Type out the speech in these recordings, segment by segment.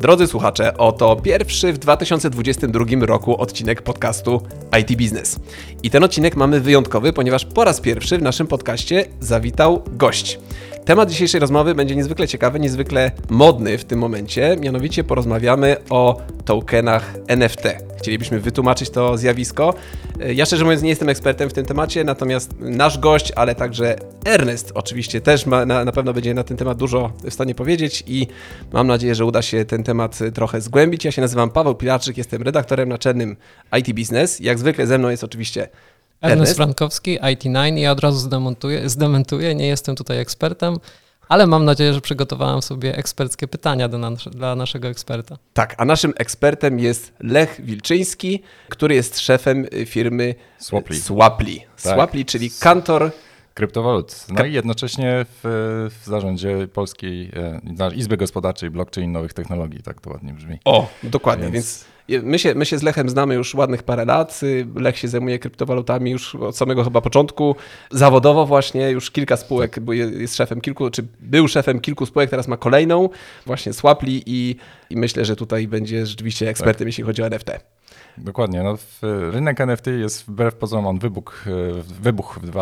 Drodzy słuchacze, oto pierwszy w 2022 roku odcinek podcastu IT Business. I ten odcinek mamy wyjątkowy, ponieważ po raz pierwszy w naszym podcaście zawitał gość. Temat dzisiejszej rozmowy będzie niezwykle ciekawy, niezwykle modny w tym momencie, mianowicie porozmawiamy o tokenach NFT. Chcielibyśmy wytłumaczyć to zjawisko. Ja szczerze mówiąc nie jestem ekspertem w tym temacie, natomiast nasz gość, ale także Ernest oczywiście też na pewno będzie na ten temat dużo w stanie powiedzieć i mam nadzieję, że uda się ten temat trochę zgłębić. Ja się nazywam Paweł Pilarczyk, jestem redaktorem naczelnym IT Business. Jak zwykle ze mną jest oczywiście Ernest Frankowski, IT9 i ja od razu zdementuję, nie jestem tutaj ekspertem, ale mam nadzieję, że przygotowałem sobie eksperckie pytania dla naszego eksperta. Tak, a naszym ekspertem jest Lech Wilczyński, który jest szefem firmy Swaply. Tak. Swaply, czyli kantor kryptowalut. No i jednocześnie w zarządzie Polskiej Izby Gospodarczej Blockchain Nowych Technologii, tak to ładnie brzmi. O, dokładnie, więc my się z Lechem znamy już ładnych parę lat. Lech się zajmuje kryptowalutami już od samego chyba początku. Zawodowo właśnie już kilka spółek, bo jest szefem kilku, czy był szefem kilku spółek, teraz ma kolejną, właśnie Swaply i myślę, że tutaj będzie rzeczywiście ekspertem, jeśli chodzi o NFT. Dokładnie. No, rynek NFT jest wbrew pozorom, on wybuchł w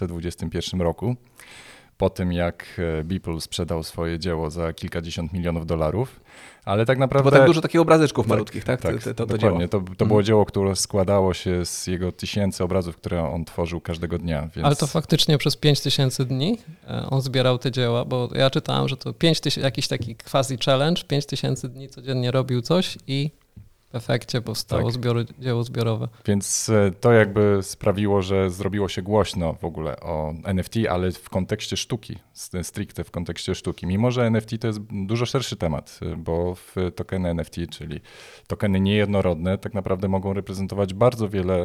2021 roku. Po tym jak Beeple sprzedał swoje dzieło za kilkadziesiąt milionów dolarów, ale tak naprawdę... Bo tak dużo takich obrazeczków malutkich, tak? To dokładnie. To było dzieło, które składało się z jego tysięcy obrazów, które on tworzył każdego dnia. Więc... Ale to faktycznie przez 5000 dni on zbierał te dzieła, bo ja czytałem, że to 5000, jakiś taki quasi challenge, 5000 dni codziennie robił coś i w efekcie powstało dzieło zbiorowe. Więc to jakby sprawiło, że zrobiło się głośno w ogóle o NFT, ale w kontekście sztuki, stricte w kontekście sztuki. Mimo że NFT to jest dużo szerszy temat, bo tokeny NFT, czyli tokeny niejednorodne, tak naprawdę mogą reprezentować bardzo wiele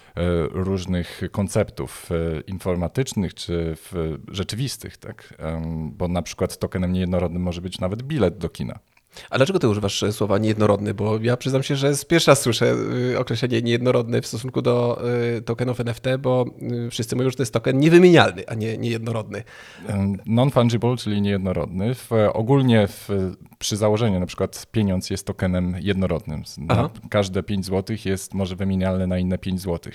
różnych konceptów informatycznych czy rzeczywistych, tak? Bo na przykład tokenem niejednorodnym może być nawet bilet do kina. A dlaczego ty używasz słowa niejednorodny? Bo ja przyznam się, że pierwszy raz słyszę określenie niejednorodny w stosunku do tokenów NFT, bo wszyscy mówią, że to jest token niewymienialny, a nie niejednorodny. Non-fungible, czyli niejednorodny. Ogólnie przy założeniu na przykład pieniądz jest tokenem jednorodnym. Każde 5 zł może wymienialne na inne 5 zł.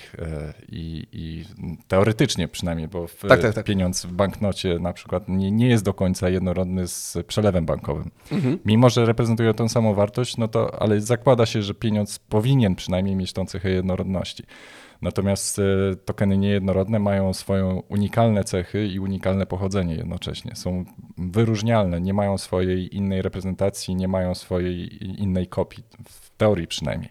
I teoretycznie przynajmniej, bo tak. Pieniądz w banknocie na przykład nie jest do końca jednorodny z przelewem bankowym. Mimo że reprezentuje tą samą wartość, ale zakłada się, że pieniądz powinien przynajmniej mieć tą cechę jednorodności. Natomiast tokeny niejednorodne mają swoje unikalne cechy i unikalne pochodzenie jednocześnie. Są wyróżnialne, nie mają swojej innej reprezentacji, nie mają swojej innej kopii, w teorii przynajmniej.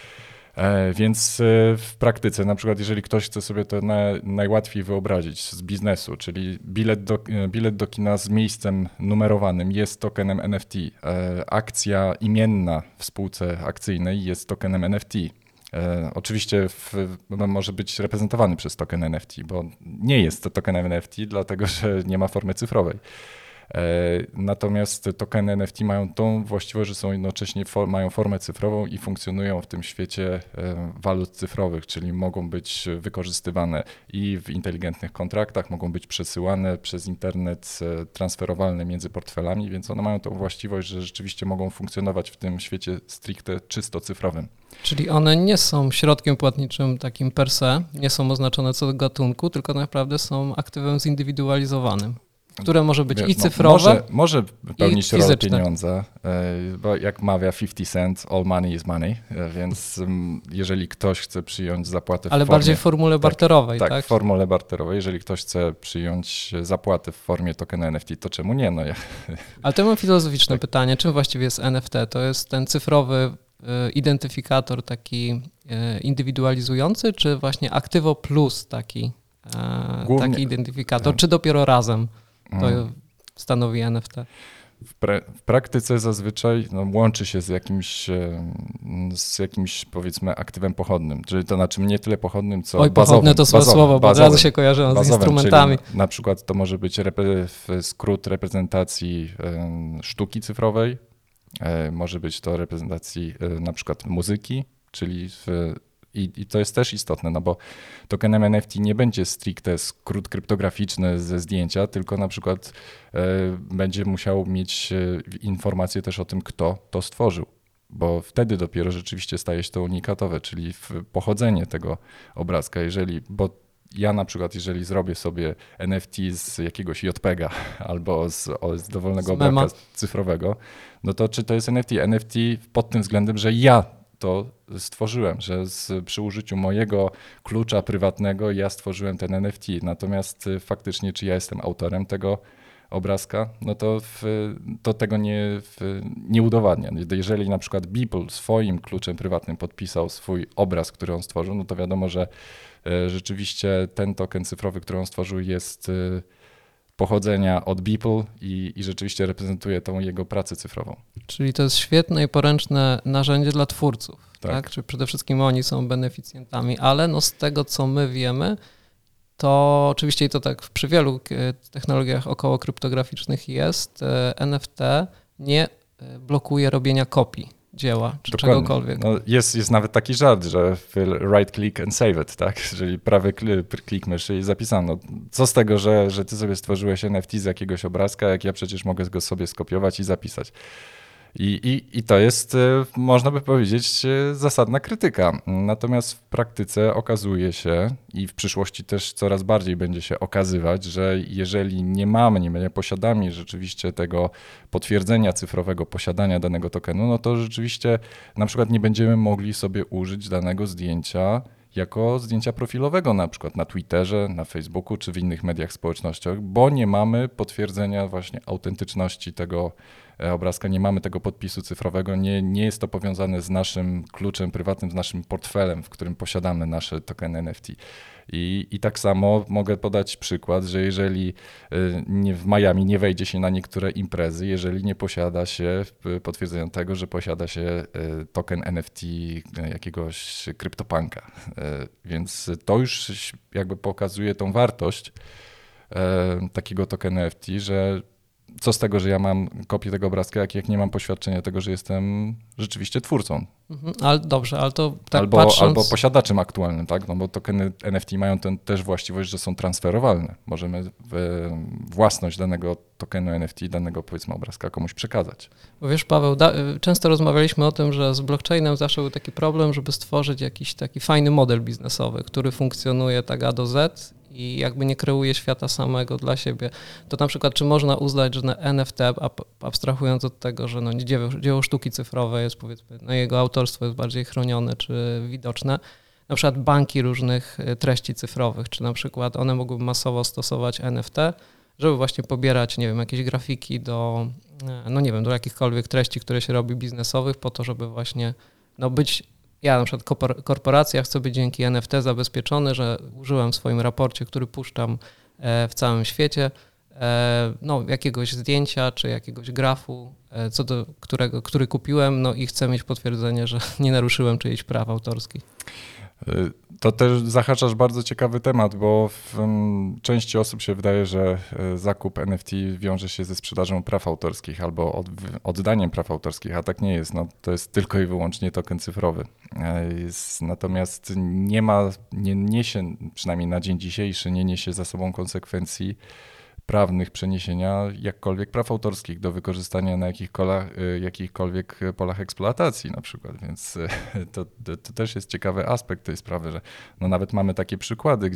Więc w praktyce, na przykład jeżeli ktoś chce sobie to najłatwiej wyobrazić z biznesu, czyli bilet do kina z miejscem numerowanym jest tokenem NFT, akcja imienna w spółce akcyjnej jest tokenem NFT. Oczywiście może być reprezentowany przez token NFT, bo nie jest to token NFT, dlatego że nie ma formy cyfrowej. Natomiast tokeny NFT mają tą właściwość, że są jednocześnie mają formę cyfrową i funkcjonują w tym świecie walut cyfrowych, czyli mogą być wykorzystywane i w inteligentnych kontraktach, mogą być przesyłane przez internet, transferowalne między portfelami, więc one mają tą właściwość, że rzeczywiście mogą funkcjonować w tym świecie stricte czysto cyfrowym. Czyli one nie są środkiem płatniczym takim per se, nie są oznaczone co do gatunku, tylko naprawdę są aktywem zindywidualizowanym, które może być i cyfrowe, może pełnić rolę fizyczne. Pieniądza, bo jak mawia 50 Cent, all money is money, więc jeżeli ktoś chce przyjąć zapłatę ale bardziej w formule barterowej, tak? Tak, w formule barterowej. Jeżeli ktoś chce przyjąć zapłatę w formie tokenu NFT, to czemu nie? Ale to mam filozoficzne pytanie, czym właściwie jest NFT? To jest ten cyfrowy identyfikator taki indywidualizujący, czy właśnie Aktywo Plus taki identyfikator, czy dopiero razem to stanowi NFT? W praktyce zazwyczaj łączy się z jakimś powiedzmy aktywem pochodnym, czyli to znaczy nie tyle pochodnym, co bazowym. Pochodne to złe słowo, bo od razu się kojarzą z instrumentami. Na przykład to może być skrót reprezentacji sztuki cyfrowej, może być to reprezentacji na przykład muzyki, czyli I to jest też istotne, no bo tokenem NFT nie będzie stricte skrót kryptograficzny ze zdjęcia, tylko na przykład będzie musiał mieć informację też o tym, kto to stworzył. Bo wtedy dopiero rzeczywiście staje się to unikatowe, czyli pochodzenie tego obrazka. Bo ja na przykład, jeżeli zrobię sobie NFT z jakiegoś JPEG-a albo z dowolnego obrazka cyfrowego, no to czy to jest NFT? NFT pod tym względem, że ja to stworzyłem, że przy użyciu mojego klucza prywatnego ja stworzyłem ten NFT. Natomiast faktycznie, czy ja jestem autorem tego obrazka, no to tego nie udowadnia. Jeżeli na przykład Beeple swoim kluczem prywatnym podpisał swój obraz, który on stworzył, no to wiadomo, że rzeczywiście ten token cyfrowy, który on stworzył, jest pochodzenia od Beeple i rzeczywiście reprezentuje tą jego pracę cyfrową. Czyli to jest świetne i poręczne narzędzie dla twórców, tak? Czyli przede wszystkim oni są beneficjentami, ale no z tego, co my wiemy, to oczywiście i to tak przy wielu technologiach około kryptograficznych jest, NFT nie blokuje robienia kopii dzieła czy dokładnie. Czegokolwiek. No jest nawet taki żart, że right click and save it, tak? Czyli prawy klik myszy i zapisano. Co z tego, że ty sobie stworzyłeś NFT z jakiegoś obrazka, jak ja przecież mogę go sobie skopiować i zapisać. I to jest, można by powiedzieć, zasadna krytyka. Natomiast w praktyce okazuje się i w przyszłości też coraz bardziej będzie się okazywać, że jeżeli nie posiadamy rzeczywiście tego potwierdzenia cyfrowego posiadania danego tokenu, no to rzeczywiście na przykład nie będziemy mogli sobie użyć danego zdjęcia jako zdjęcia profilowego, na przykład na Twitterze, na Facebooku czy w innych mediach społecznościowych, bo nie mamy potwierdzenia właśnie autentyczności tego obrazka, nie mamy tego podpisu cyfrowego, nie jest to powiązane z naszym kluczem prywatnym, z naszym portfelem, w którym posiadamy nasze tokeny NFT. I tak samo mogę podać przykład, że jeżeli w Miami nie wejdzie się na niektóre imprezy, jeżeli nie posiada się potwierdzenia tego, że posiada się token NFT jakiegoś CryptoPunka. Więc to już jakby pokazuje tą wartość takiego tokenu NFT, że co z tego, że ja mam kopię tego obrazka, jak nie mam poświadczenia tego, że jestem rzeczywiście twórcą. Ale dobrze, ale to tak Albo posiadaczem aktualnym, tak? No bo tokeny NFT mają też właściwość, że są transferowalne. Możemy własność danego tokenu NFT, danego powiedzmy obrazka komuś przekazać. Bo wiesz, Paweł, często rozmawialiśmy o tym, że z blockchainem zawsze był taki problem, żeby stworzyć jakiś taki fajny model biznesowy, który funkcjonuje tak A do Z i jakby nie kreuje świata samego dla siebie. To na przykład, czy można uznać, że NFT, abstrahując od tego, że dzieło sztuki cyfrowe jest powiedzmy, jego autorstwo jest bardziej chronione czy widoczne, na przykład banki różnych treści cyfrowych, czy na przykład one mogłyby masowo stosować NFT, żeby właśnie pobierać, nie wiem, jakieś grafiki do jakichkolwiek treści, które się robi biznesowych po to, żeby właśnie ja na przykład korporacja chcę być dzięki NFT zabezpieczony, że użyłem w swoim raporcie, który puszczam w całym świecie, jakiegoś zdjęcia czy jakiegoś grafu, który kupiłem, i chcę mieć potwierdzenie, że nie naruszyłem czyichś praw autorskich. To też zahaczasz bardzo ciekawy temat, bo części osób się wydaje, że zakup NFT wiąże się ze sprzedażą praw autorskich albo oddaniem praw autorskich, a tak nie jest. To jest tylko i wyłącznie token cyfrowy. Natomiast nie niesie, przynajmniej na dzień dzisiejszy, nie niesie za sobą konsekwencji prawnych przeniesienia jakkolwiek praw autorskich do wykorzystania na jakichkolwiek polach eksploatacji na przykład, więc to też jest ciekawy aspekt tej sprawy, że nawet mamy takie przykłady,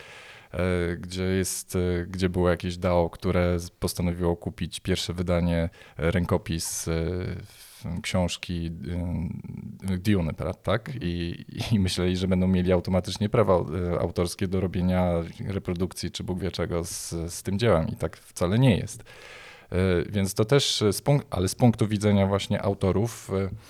gdzie było jakieś DAO, które postanowiło kupić pierwsze wydanie, rękopis książki Dune, tak? I myśleli, że będą mieli automatycznie prawa autorskie do robienia reprodukcji czy Bóg wie czego z tym dziełem i tak wcale nie jest. Więc to też, ale z punktu widzenia właśnie autorów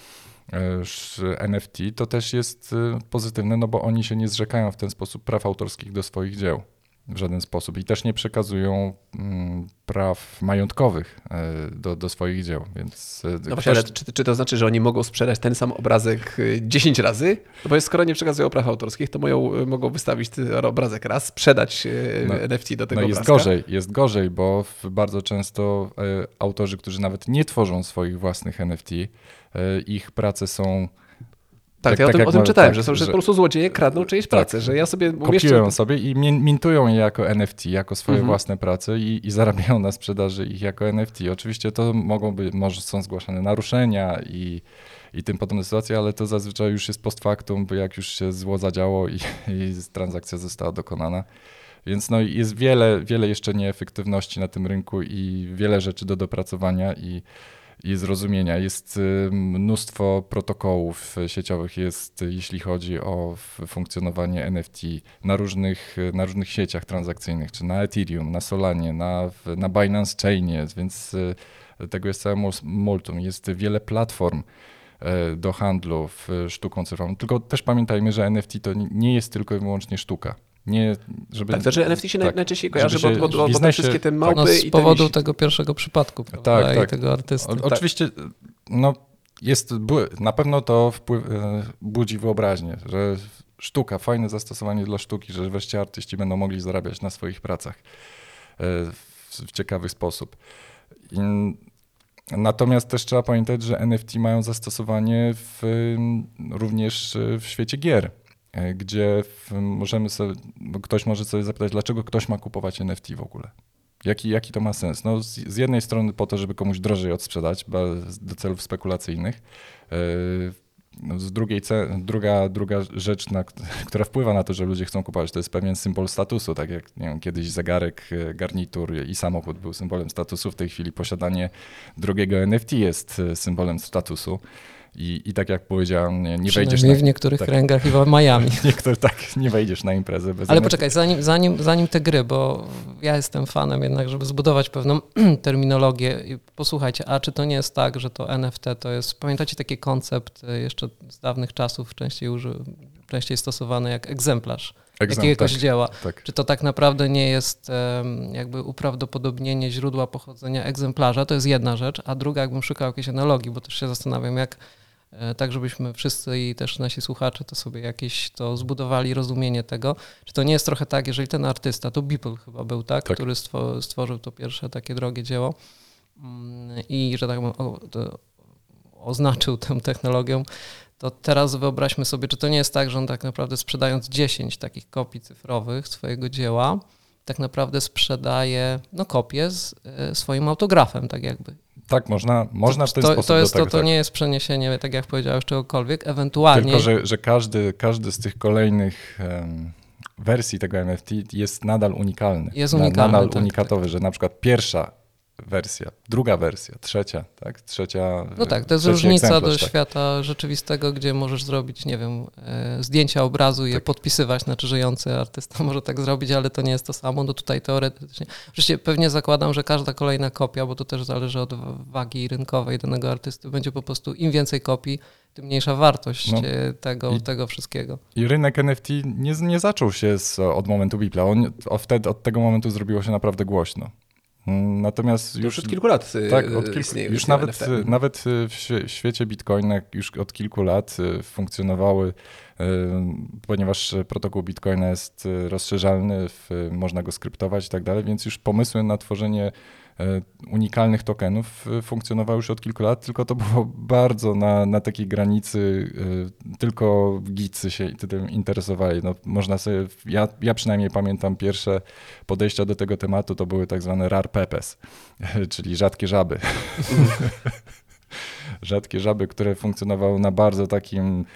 NFT to też jest pozytywne, bo oni się nie zrzekają w ten sposób praw autorskich do swoich dzieł. W żaden sposób i też nie przekazują praw majątkowych do swoich dzieł, więc... właśnie, ale czy to znaczy, że oni mogą sprzedać ten sam obrazek 10 razy? No bo skoro nie przekazują praw autorskich, to mogą wystawić ten obrazek raz, sprzedać NFT do tego obrazka. Jest gorzej, bo bardzo często autorzy, którzy nawet nie tworzą swoich własnych NFT, ich prace są Tak, ja o tym czytałem, że po prostu złodzieje kradną czyjeś pracę, że ja sobie kopiują sobie i mintują je jako NFT, jako swoje własne prace i zarabiają na sprzedaży ich jako NFT. Oczywiście to może są zgłaszane naruszenia i tym podobne sytuacje, ale to zazwyczaj już jest post factum, bo jak już się zło zadziało i transakcja została dokonana. Więc no jest wiele jeszcze nieefektywności na tym rynku i wiele rzeczy do dopracowania i zrozumienia. Jest mnóstwo protokołów sieciowych, jeśli chodzi o funkcjonowanie NFT na różnych sieciach transakcyjnych, czy na Ethereum, na Solanie, na Binance Chainie, więc tego jest całe multum. Jest wiele platform do handlu sztuką cyfrową. Tylko też pamiętajmy, że NFT to nie jest tylko i wyłącznie sztuka. Nie, żeby, tak, to, że NFT się najczęściej kojarzy, bo te wszystkie te małpy no, z powodu tego pierwszego przypadku, prawda, i tego artysty. Oczywiście, no, na pewno to budzi wyobraźnię, że sztuka, fajne zastosowanie dla sztuki, że wreszcie artyści będą mogli zarabiać na swoich pracach w ciekawy sposób. Natomiast też trzeba pamiętać, że NFT mają zastosowanie również w świecie gier, gdzie ktoś może sobie zapytać, dlaczego ktoś ma kupować NFT w ogóle? Jaki to ma sens? No, z jednej strony po to, żeby komuś drożej odsprzedać do celów spekulacyjnych. Z druga rzecz, która wpływa na to, że ludzie chcą kupować, to jest pewien symbol statusu, tak jak nie wiem, kiedyś zegarek, garnitur i samochód był symbolem statusu, w tej chwili posiadanie drogiego NFT jest symbolem statusu. I tak jak powiedziałem, nie wejdziesz w niektórych kręgach i w Miami. Nie wejdziesz na imprezę bez Ale NFT. poczekaj, zanim te gry, bo ja jestem fanem jednak, żeby zbudować pewną terminologię. Posłuchajcie, a czy to nie jest tak, że to NFT to jest, pamiętacie taki koncept jeszcze z dawnych czasów, częściej stosowany jak egzemplarz jakiegoś dzieła. Tak. Czy to tak naprawdę nie jest jakby uprawdopodobnienie źródła pochodzenia egzemplarza? To jest jedna rzecz, a druga, jakbym szukał jakiejś analogii, bo też się zastanawiam, jak tak żebyśmy wszyscy i też nasi słuchacze to sobie jakieś to zbudowali rozumienie tego. Czy to nie jest trochę tak, jeżeli ten artysta, to Beeple chyba był, tak? Który stworzył to pierwsze takie drogie dzieło i że tak powiem, oznaczył tę technologią, to teraz wyobraźmy sobie, czy to nie jest tak, że on tak naprawdę sprzedając 10 takich kopii cyfrowych swojego dzieła, tak naprawdę sprzedaje kopię z swoim autografem, tak jakby. Tak, można w ten sposób to nie jest przeniesienie, tak jak powiedziałeś, czegokolwiek, ewentualnie... Tylko, że każdy z tych kolejnych wersji tego NFT jest nadal unikalny. Jest unikalny, nadal unikatowy, że na przykład pierwsza wersja, druga wersja, trzecia. No tak, to jest różnica do świata rzeczywistego, gdzie możesz zrobić, nie wiem, zdjęcia obrazu i je podpisywać, znaczy żyjący artysta może tak zrobić, ale to nie jest to samo. No tutaj teoretycznie, oczywiście pewnie zakładam, że każda kolejna kopia, bo to też zależy od wagi rynkowej danego artysty, będzie po prostu im więcej kopii, tym mniejsza wartość tego wszystkiego. I rynek NFT nie zaczął się od momentu Beepla. Od tego momentu zrobiło się naprawdę głośno. Natomiast już od kilku lat już nawet w świecie Bitcoina już od kilku lat funkcjonowały, ponieważ protokół Bitcoina jest rozszerzalny, można go skryptować i tak dalej, więc już pomysły na tworzenie unikalnych tokenów funkcjonowały już od kilku lat, tylko to było bardzo na takiej granicy, tylko geecy się tym interesowali. No, można sobie, ja przynajmniej pamiętam pierwsze podejścia do tego tematu, to były tak zwane rare pepes, czyli rzadkie żaby. Rzadkie żaby, które funkcjonowały na bardzo takim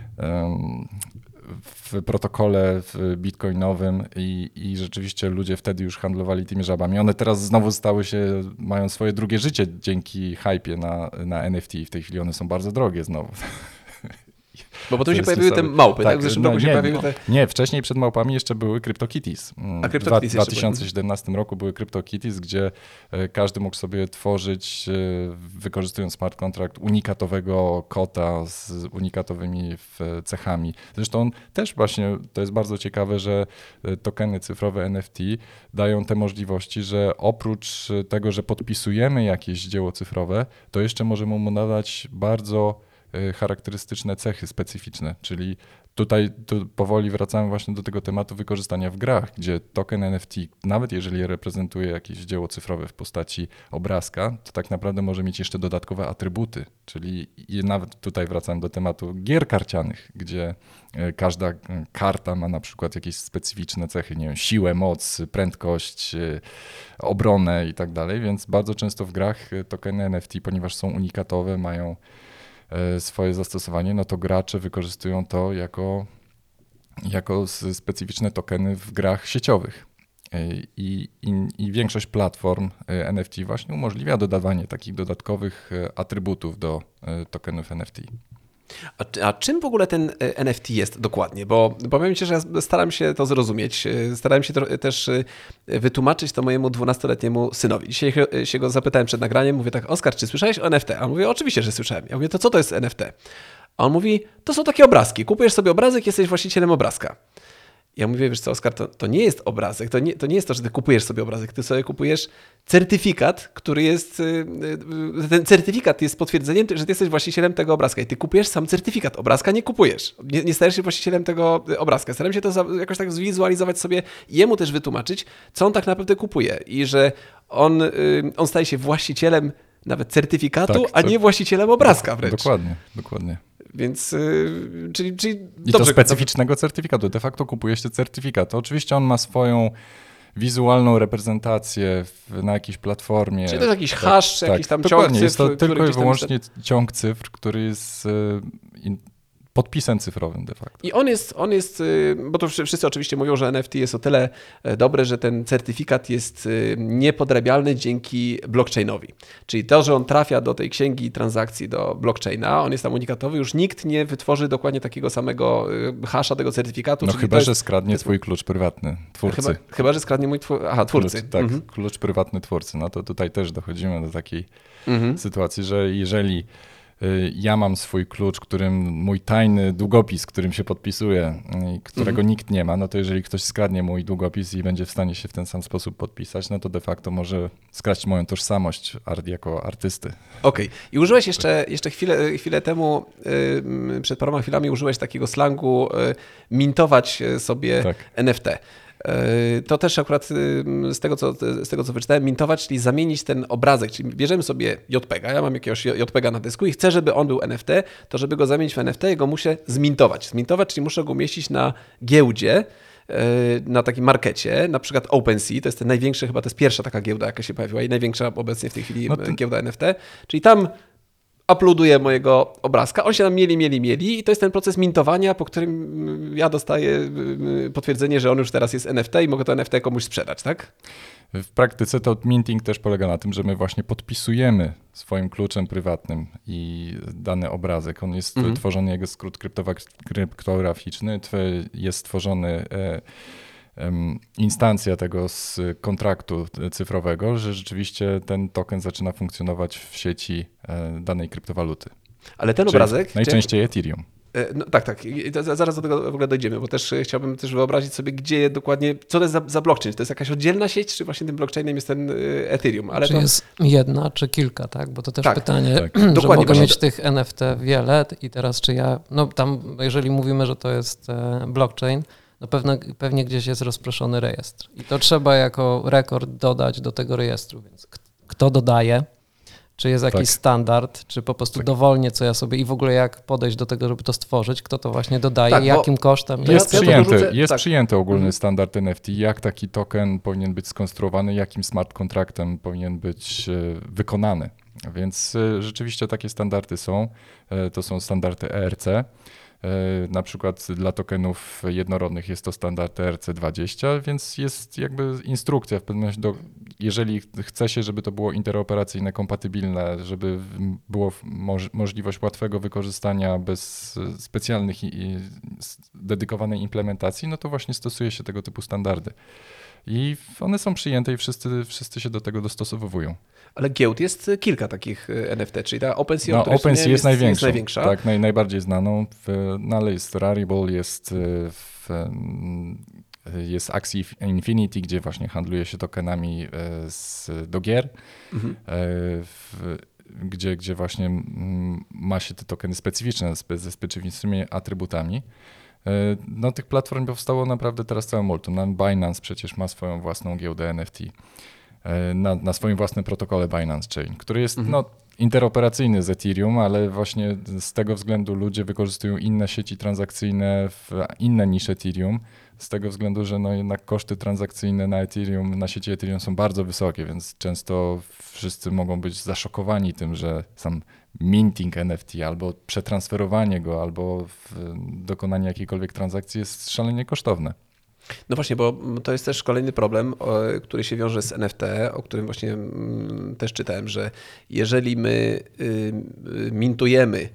w protokole bitcoinowym i rzeczywiście ludzie wtedy już handlowali tymi żabami. One teraz znowu mają swoje drugie życie dzięki hypie na NFT. W tej chwili one są bardzo drogie znowu. Bo potem się pojawiły te małpy, tak? W zeszłym roku się pojawiły te... Nie, wczoraj przed małpami jeszcze były CryptoKitties. W 2017 roku były CryptoKitties, gdzie każdy mógł sobie tworzyć, wykorzystując smart contract, unikatowego kota z unikatowymi cechami. Zresztą też właśnie to jest bardzo ciekawe, że tokeny cyfrowe NFT dają te możliwości, że oprócz tego, że podpisujemy jakieś dzieło cyfrowe, to jeszcze możemy mu nadać bardzo charakterystyczne cechy specyficzne, czyli tutaj powoli wracamy właśnie do tego tematu wykorzystania w grach, gdzie token NFT, nawet jeżeli reprezentuje jakieś dzieło cyfrowe w postaci obrazka, to tak naprawdę może mieć jeszcze dodatkowe atrybuty, czyli nawet tutaj wracam do tematu gier karcianych, gdzie każda karta ma na przykład jakieś specyficzne cechy, nie wiem, siłę, moc, prędkość, obronę i tak dalej, więc bardzo często w grach tokeny NFT, ponieważ są unikatowe, mają swoje zastosowanie, no to gracze wykorzystują to jako specyficzne tokeny w grach sieciowych. I większość platform NFT właśnie umożliwia dodawanie takich dodatkowych atrybutów do tokenów NFT. A czym w ogóle ten NFT jest dokładnie? Bo powiem Ci, że ja staram się to zrozumieć. Starałem się też wytłumaczyć to mojemu 12-letniemu synowi. Dzisiaj się go zapytałem przed nagraniem, mówię tak: Oskar, czy słyszałeś o NFT? A on mówi: oczywiście, że słyszałem. Ja mówię: to co to jest NFT? A on mówi: to są takie obrazki. Kupujesz sobie obrazek, jesteś właścicielem obrazka. Ja mówię: wiesz co, Oskar, to nie jest obrazek, to nie jest to, że ty kupujesz sobie obrazek, ty sobie kupujesz certyfikat, który jest, ten certyfikat jest potwierdzeniem, że ty jesteś właścicielem tego obrazka i ty kupujesz sam certyfikat, obrazka nie kupujesz, nie stajesz się właścicielem tego obrazka. Staram się to jakoś tak zwizualizować sobie i jemu też wytłumaczyć, co on tak naprawdę kupuje i że on staje się właścicielem nawet certyfikatu, a nie właścicielem obrazka wręcz. Dokładnie. Więc, czyli I dobrze, to specyficznego certyfikatu. De facto kupuje się certyfikat. Oczywiście on ma swoją wizualną reprezentację na jakiejś platformie. Czyli to jest jakiś hash, jakiś tam ciąg cyfr. Jest to tylko i wyłącznie ciąg cyfr, który jest podpisem cyfrowym de facto. I on jest, bo to wszyscy oczywiście mówią, że NFT jest o tyle dobre, że ten certyfikat jest niepodrabialny dzięki blockchainowi. Czyli to, że on trafia do tej księgi transakcji, do blockchaina, on jest tam unikatowy, już nikt nie wytworzy dokładnie takiego samego hasza tego certyfikatu. No chyba, że skradnie twój klucz prywatny twórcy. Chyba, że skradnie mój twórcy. Klucz prywatny twórcy. No to tutaj też dochodzimy do takiej sytuacji, że jeżeli ja mam swój klucz, mój tajny długopis, którym się podpisuję, którego nikt nie ma, no to jeżeli ktoś skradnie mój długopis i będzie w stanie się w ten sam sposób podpisać, no to de facto może skraść moją tożsamość jako artysty. Okej. I użyłeś jeszcze chwilę temu, przed paroma chwilami użyłeś takiego slangu mintować sobie NFT. To też akurat z tego, co wyczytałem, mintować, czyli zamienić ten obrazek, czyli bierzemy sobie JPEG-a, ja mam jakiegoś JPEG-a na dysku i chcę, żeby on był NFT, to żeby go zamienić w NFT, go muszę zmintować. Zmintować, czyli muszę go umieścić na giełdzie, na takim markecie, na przykład OpenSea, to jest ten największy, chyba to jest pierwsza taka giełda, jaka się pojawiła i największa obecnie w tej chwili giełda NFT, czyli tam uploaduję mojego obrazka, on się tam mieli i to jest ten proces mintowania, po którym ja dostaję potwierdzenie, że on już teraz jest NFT i mogę to NFT komuś sprzedać, tak? W praktyce to minting też polega na tym, że my właśnie podpisujemy swoim kluczem prywatnym i dany obrazek. On jest tworzony, jego skrót kryptograficzny, jest tworzony instancja tego z kontraktu cyfrowego, że rzeczywiście ten token zaczyna funkcjonować w sieci danej kryptowaluty. Ale ten obrazek... Najczęściej Ethereum. No, tak. Zaraz do tego w ogóle dojdziemy, bo też chciałbym wyobrazić sobie, gdzie dokładnie, co to jest za blockchain. Czy to jest jakaś oddzielna sieć, czy właśnie tym blockchainem jest ten Ethereum? Ale czy jest jedna, czy kilka, tak? Bo to też pytanie, że dokładnie, mogę mieć tych NFT wiele i teraz czy ja, no tam jeżeli mówimy, że to jest blockchain, no pewnie gdzieś jest rozproszony rejestr. I to trzeba jako rekord dodać do tego rejestru. Więc kto dodaje? Czy jest jakiś standard, czy po prostu dowolnie, co ja sobie i w ogóle jak podejść do tego, żeby to stworzyć, kto to właśnie dodaje, jakim kosztem. Jest przyjęty ogólny standard NFT, jak taki token powinien być skonstruowany, jakim smart kontraktem powinien być wykonany. Więc rzeczywiście takie standardy są. To są standardy ERC. Na przykład dla tokenów jednorodnych jest to standard ERC20, więc jest jakby instrukcja w pewnym momencie, jeżeli chce się, żeby to było interoperacyjne, kompatybilne, żeby było możliwość łatwego wykorzystania bez specjalnych i dedykowanej implementacji, no to właśnie stosuje się tego typu standardy. I one są przyjęte i wszyscy się do tego dostosowują. Ale giełd jest kilka takich NFT, czyli ta OpenSea, no, OpenSea jest największa. Tak, najbardziej znaną, ale jest Rarible, jest Axie Infinity, gdzie właśnie handluje się tokenami do gier, gdzie właśnie ma się te tokeny specyficzne, ze specyficznymi atrybutami. No tych platform powstało naprawdę teraz całe multum. Binance przecież ma swoją własną giełdę NFT, na swoim własnym protokole Binance Chain, który jest interoperacyjny z Ethereum, ale właśnie z tego względu ludzie wykorzystują inne sieci transakcyjne, inne niż Ethereum, z tego względu, że jednak koszty transakcyjne na sieci Ethereum są bardzo wysokie, więc często wszyscy mogą być zaszokowani tym, że sam minting NFT albo przetransferowanie go, albo dokonanie jakiejkolwiek transakcji jest szalenie kosztowne. No właśnie, bo to jest też kolejny problem, który się wiąże z NFT, o którym właśnie też czytałem, że jeżeli my mintujemy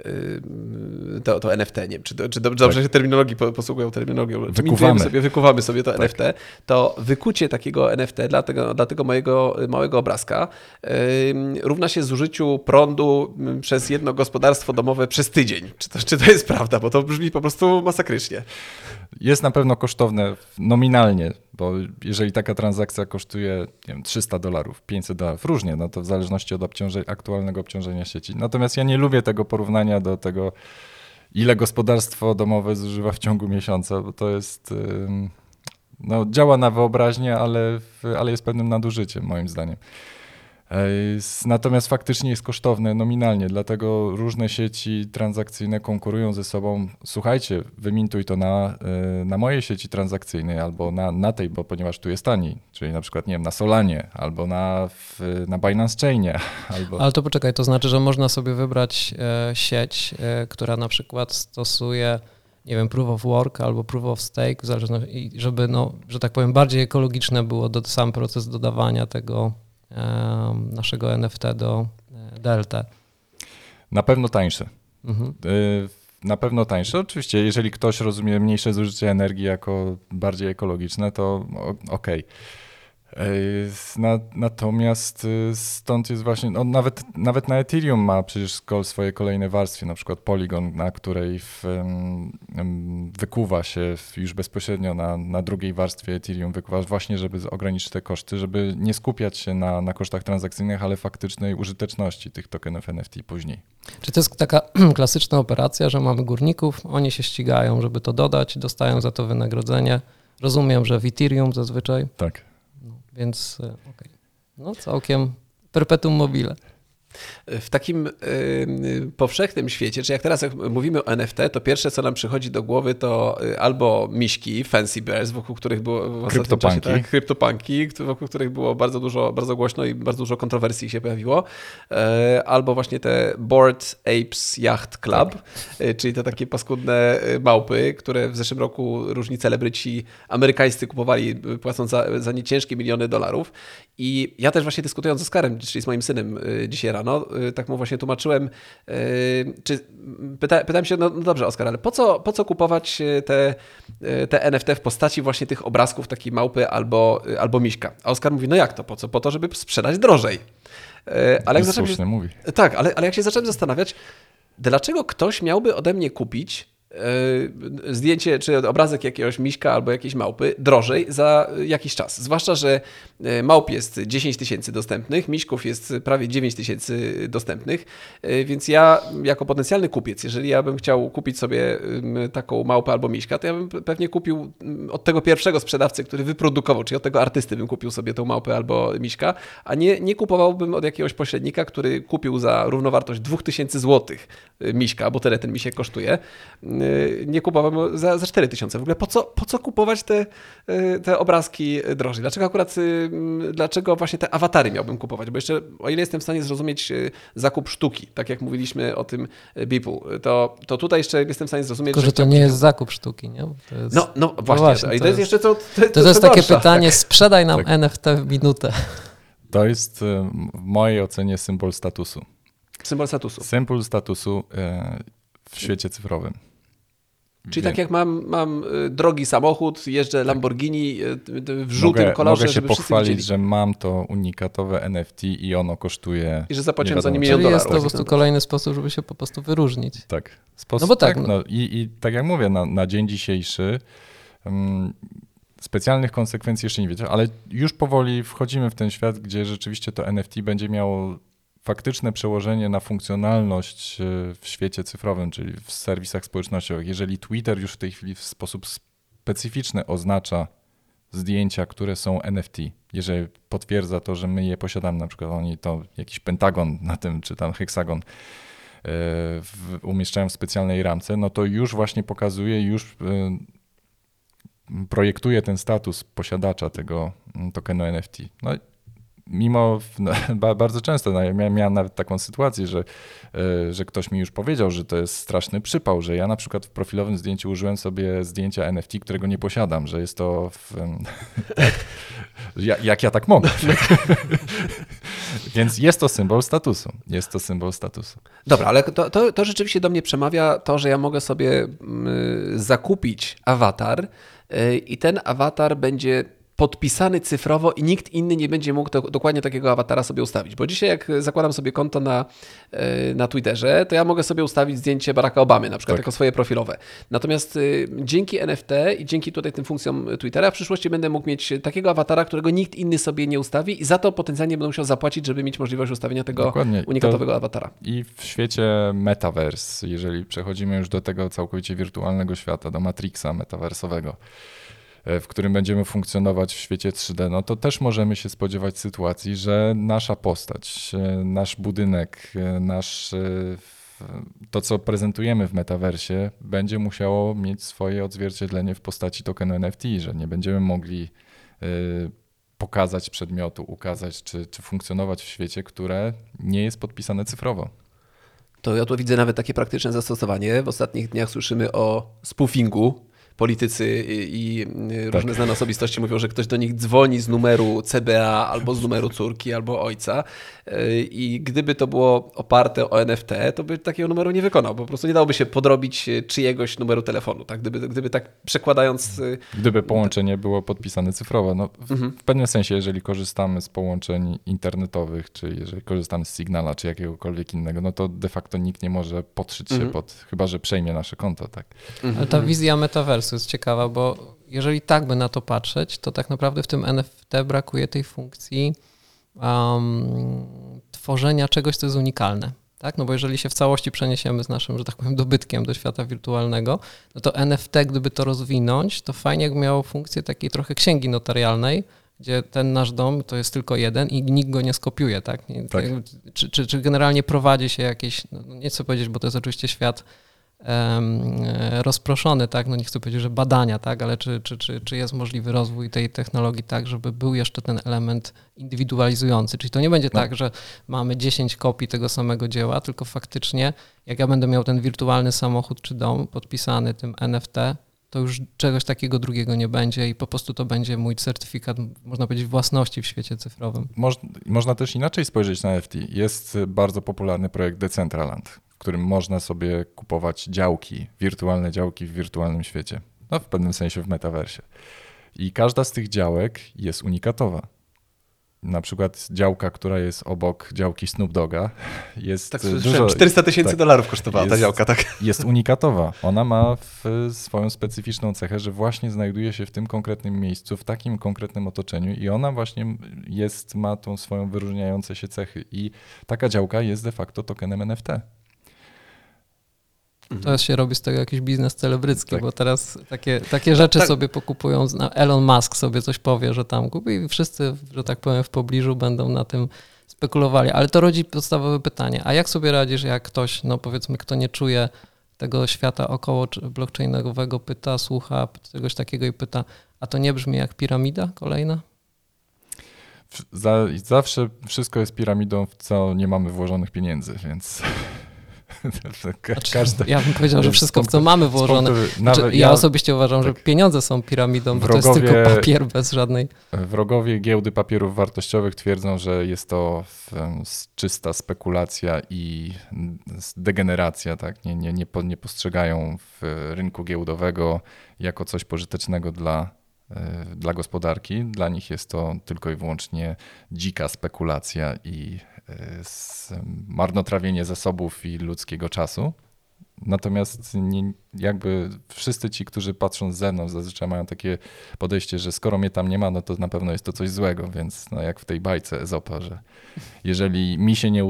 to NFT, nie wiem, czy dobrze się terminologii posługują terminologią, wykuwamy sobie to NFT, to wykucie takiego NFT dla tego mojego małego obrazka równa się zużyciu prądu przez jedno gospodarstwo domowe przez tydzień. Czy to jest prawda? Bo to brzmi po prostu masakrycznie. Jest na pewno kosztowne nominalnie, bo jeżeli taka transakcja kosztuje nie wiem, $300, $500, różnie, no to w zależności od aktualnego obciążenia sieci. Natomiast ja nie lubię tego porównania do tego, ile gospodarstwo domowe zużywa w ciągu miesiąca, bo to jest, działa na wyobraźnię, ale jest pewnym nadużyciem moim zdaniem. Natomiast faktycznie jest kosztowne nominalnie, dlatego różne sieci transakcyjne konkurują ze sobą. Słuchajcie, wymintuj to na mojej sieci transakcyjnej albo na tej, ponieważ tu jest taniej, czyli na przykład nie wiem, na Solanie albo na Binance Chainie. Ale to poczekaj, to znaczy, że można sobie wybrać sieć, która na przykład stosuje, nie wiem, proof of work albo proof of stake, w zależności, żeby, że tak powiem, bardziej ekologiczne było sam proces dodawania tego naszego NFT do DLT. Na pewno tańsze. Na pewno tańsze. Oczywiście, jeżeli ktoś rozumie mniejsze zużycie energii jako bardziej ekologiczne, to okej. Natomiast stąd jest właśnie, nawet na Ethereum ma przecież swoje kolejne warstwy, na przykład Polygon, na której wykuwa się już bezpośrednio na drugiej warstwie Ethereum, wykuwa właśnie, żeby ograniczyć te koszty, żeby nie skupiać się na kosztach transakcyjnych, ale faktycznej użyteczności tych tokenów NFT później. Czy to jest taka klasyczna operacja, że mamy górników, oni się ścigają, żeby to dodać, dostają za to wynagrodzenie. Rozumiem, że w Ethereum zazwyczaj. Tak. Więc całkiem perpetuum mobile. W takim powszechnym świecie, czy jak teraz mówimy o NFT, to pierwsze, co nam przychodzi do głowy, to albo miśki, fancy bears, wokół których było w ostatnim czasie, kryptopunki, wokół których było bardzo głośno i bardzo dużo kontrowersji się pojawiło, albo właśnie te Bored Apes Yacht Club, czyli te takie paskudne małpy, które w zeszłym roku różni celebryci amerykańscy kupowali, płacąc za nie ciężkie miliony dolarów. I ja też właśnie dyskutując z Oskarem, czyli z moim synem dzisiaj rano, tak mu właśnie tłumaczyłem, pytałem się, no dobrze Oskar, ale po co kupować te NFT w postaci właśnie tych obrazków takiej małpy albo miśka? A Oskar mówi, no jak to, po co? Po to, żeby sprzedać drożej. Ale jak mówi. Tak, ale jak się zacząłem zastanawiać, dlaczego ktoś miałby ode mnie kupić zdjęcie czy obrazek jakiegoś miśka albo jakiejś małpy drożej za jakiś czas. Zwłaszcza, że małp jest 10 000 dostępnych, miśków jest prawie 9 000 dostępnych, więc ja jako potencjalny kupiec, jeżeli ja bym chciał kupić sobie taką małpę albo miśka, to ja bym pewnie kupił od tego pierwszego sprzedawcy, który wyprodukował, czyli od tego artysty bym kupił sobie tą małpę albo miśka, a nie kupowałbym od jakiegoś pośrednika, który kupił za równowartość 2000 zł miśka, bo tyle ten misiek kosztuje. Nie kupowałem za 4000. W ogóle po co kupować te obrazki drożej? Dlaczego właśnie te awatary miałbym kupować? Bo jeszcze, o ile jestem w stanie zrozumieć zakup sztuki, tak jak mówiliśmy o tym Beeple, to tutaj jeszcze jestem w stanie zrozumieć, tylko, że to nie jest zakup sztuki, nie? To jest... No właśnie. I to jest jeszcze to jest takie pytanie, sprzedaj nam NFT w minutę. To jest w mojej ocenie symbol statusu. Symbol statusu w świecie cyfrowym. Czyli tak jak mam drogi samochód, jeżdżę Lamborghini w żółtym kolorze, mogę się żeby pochwalić, że mam to unikatowe NFT i ono kosztuje... I że zapłaciłem za nie $1 000 000. Czyli jest to po prostu kolejny sposób, żeby się po prostu wyróżnić. Tak. I tak jak mówię, na dzień dzisiejszy specjalnych konsekwencji jeszcze nie wiecie, ale już powoli wchodzimy w ten świat, gdzie rzeczywiście to NFT będzie miało faktyczne przełożenie na funkcjonalność w świecie cyfrowym, czyli w serwisach społecznościowych. Jeżeli Twitter już w tej chwili w sposób specyficzny oznacza zdjęcia, które są NFT, jeżeli potwierdza to, że my je posiadamy, na przykład oni to jakiś pentagon na tym, czy tam heksagon umieszczają w specjalnej ramce, no to już właśnie pokazuje, już projektuje ten status posiadacza tego tokenu NFT. No, bardzo często, ja miałem nawet taką sytuację, że ktoś mi już powiedział, że to jest straszny przypał, że ja na przykład w profilowym zdjęciu użyłem sobie zdjęcia NFT, którego nie posiadam, że jest to jak ja tak mogę. Więc jest to symbol statusu. Dobra, ale to rzeczywiście do mnie przemawia to, że ja mogę sobie zakupić awatar i ten awatar będzie podpisany cyfrowo i nikt inny nie będzie mógł dokładnie takiego awatara sobie ustawić. Bo dzisiaj jak zakładam sobie konto na Twitterze, to ja mogę sobie ustawić zdjęcie Baracka Obamy, na przykład jako swoje profilowe. Natomiast dzięki NFT i dzięki tutaj tym funkcjom Twittera w przyszłości będę mógł mieć takiego awatara, którego nikt inny sobie nie ustawi i za to potencjalnie będę musiał zapłacić, żeby mieć możliwość ustawienia tego unikatowego awatara. I w świecie metaverse, jeżeli przechodzimy już do tego całkowicie wirtualnego świata, do Matrixa metaversowego, w którym będziemy funkcjonować w świecie 3D, no to też możemy się spodziewać sytuacji, że nasza postać, nasz budynek, to co prezentujemy w metaversie będzie musiało mieć swoje odzwierciedlenie w postaci tokenu NFT, że nie będziemy mogli pokazać przedmiotu, ukazać czy funkcjonować w świecie, które nie jest podpisane cyfrowo. To ja tu widzę nawet takie praktyczne zastosowanie. W ostatnich dniach słyszymy o spoofingu. Politycy i różne znane osobistości mówią, że ktoś do nich dzwoni z numeru CBA albo z numeru córki albo ojca i gdyby to było oparte o NFT, to by takiego numeru nie wykonał. Po prostu nie dałoby się podrobić czyjegoś numeru telefonu. Tak? Gdyby tak przekładając... Gdyby połączenie było podpisane cyfrowo. No, w pewnym sensie, jeżeli korzystamy z połączeń internetowych, czy jeżeli korzystamy z Signala, czy jakiegokolwiek innego, no to de facto nikt nie może podszyć się chyba że przejmie nasze konto. Tak? Ale ta wizja metaversu jest ciekawa, bo jeżeli tak by na to patrzeć, to tak naprawdę w tym NFT brakuje tej funkcji tworzenia czegoś, co jest unikalne. Tak? No bo jeżeli się w całości przeniesiemy z naszym, że tak powiem, dobytkiem do świata wirtualnego, no to NFT, gdyby to rozwinąć, to fajnie jakby miało funkcję takiej trochę księgi notarialnej, gdzie ten nasz dom to jest tylko jeden i nikt go nie skopiuje. Tak? Tak. Czy generalnie prowadzi się jakieś, no nie chcę powiedzieć, bo to jest oczywiście świat rozproszony, tak, no nie chcę powiedzieć, że badania, tak, ale czy jest możliwy rozwój tej technologii tak, żeby był jeszcze ten element indywidualizujący, czyli to nie będzie tak, że mamy 10 kopii tego samego dzieła, tylko faktycznie jak ja będę miał ten wirtualny samochód czy dom podpisany tym NFT, to już czegoś takiego drugiego nie będzie i po prostu to będzie mój certyfikat, można powiedzieć, własności w świecie cyfrowym. Można też inaczej spojrzeć na NFT. Jest bardzo popularny projekt Decentraland, w którym można sobie kupować działki, wirtualne działki w wirtualnym świecie. No w pewnym sensie w metaversie. I każda z tych działek jest unikatowa. Na przykład działka, która jest obok działki Snoop Dogga jest tak, dużo... $400,000 kosztowała ta działka, tak? Jest unikatowa. Ona ma swoją specyficzną cechę, że właśnie znajduje się w tym konkretnym miejscu, w takim konkretnym otoczeniu i ona właśnie ma tą swoją wyróżniające się cechy. I taka działka jest de facto tokenem NFT. Teraz się robi z tego jakiś biznes celebrycki, tak. Bo teraz takie rzeczy sobie pokupują. Elon Musk sobie coś powie, że tam kupi i wszyscy, że tak powiem, w pobliżu będą na tym spekulowali. Ale to rodzi podstawowe pytanie. A jak sobie radzisz, jak ktoś, no powiedzmy, kto nie czuje tego świata około blockchainowego, pyta, słucha czegoś takiego i pyta, a to nie brzmi jak piramida kolejna? Zawsze wszystko jest piramidą, w co nie mamy włożonych pieniędzy, więc... Ja bym powiedział, że wszystko, w co mamy włożone. Ja osobiście uważam, że pieniądze są piramidą, bo to jest tylko papier bez żadnej... Wrogowie giełdy papierów wartościowych twierdzą, że jest to czysta spekulacja i degeneracja. Tak? Nie postrzegają rynku giełdowego jako coś pożytecznego dla gospodarki. Dla nich jest to tylko i wyłącznie dzika spekulacja i marnotrawienie zasobów i ludzkiego czasu. Natomiast jakby wszyscy ci, którzy patrzą z zewnątrz, zazwyczaj mają takie podejście, że skoro mnie tam nie ma, no to na pewno jest to coś złego, więc no jak w tej bajce Ezopa, że jeżeli mi się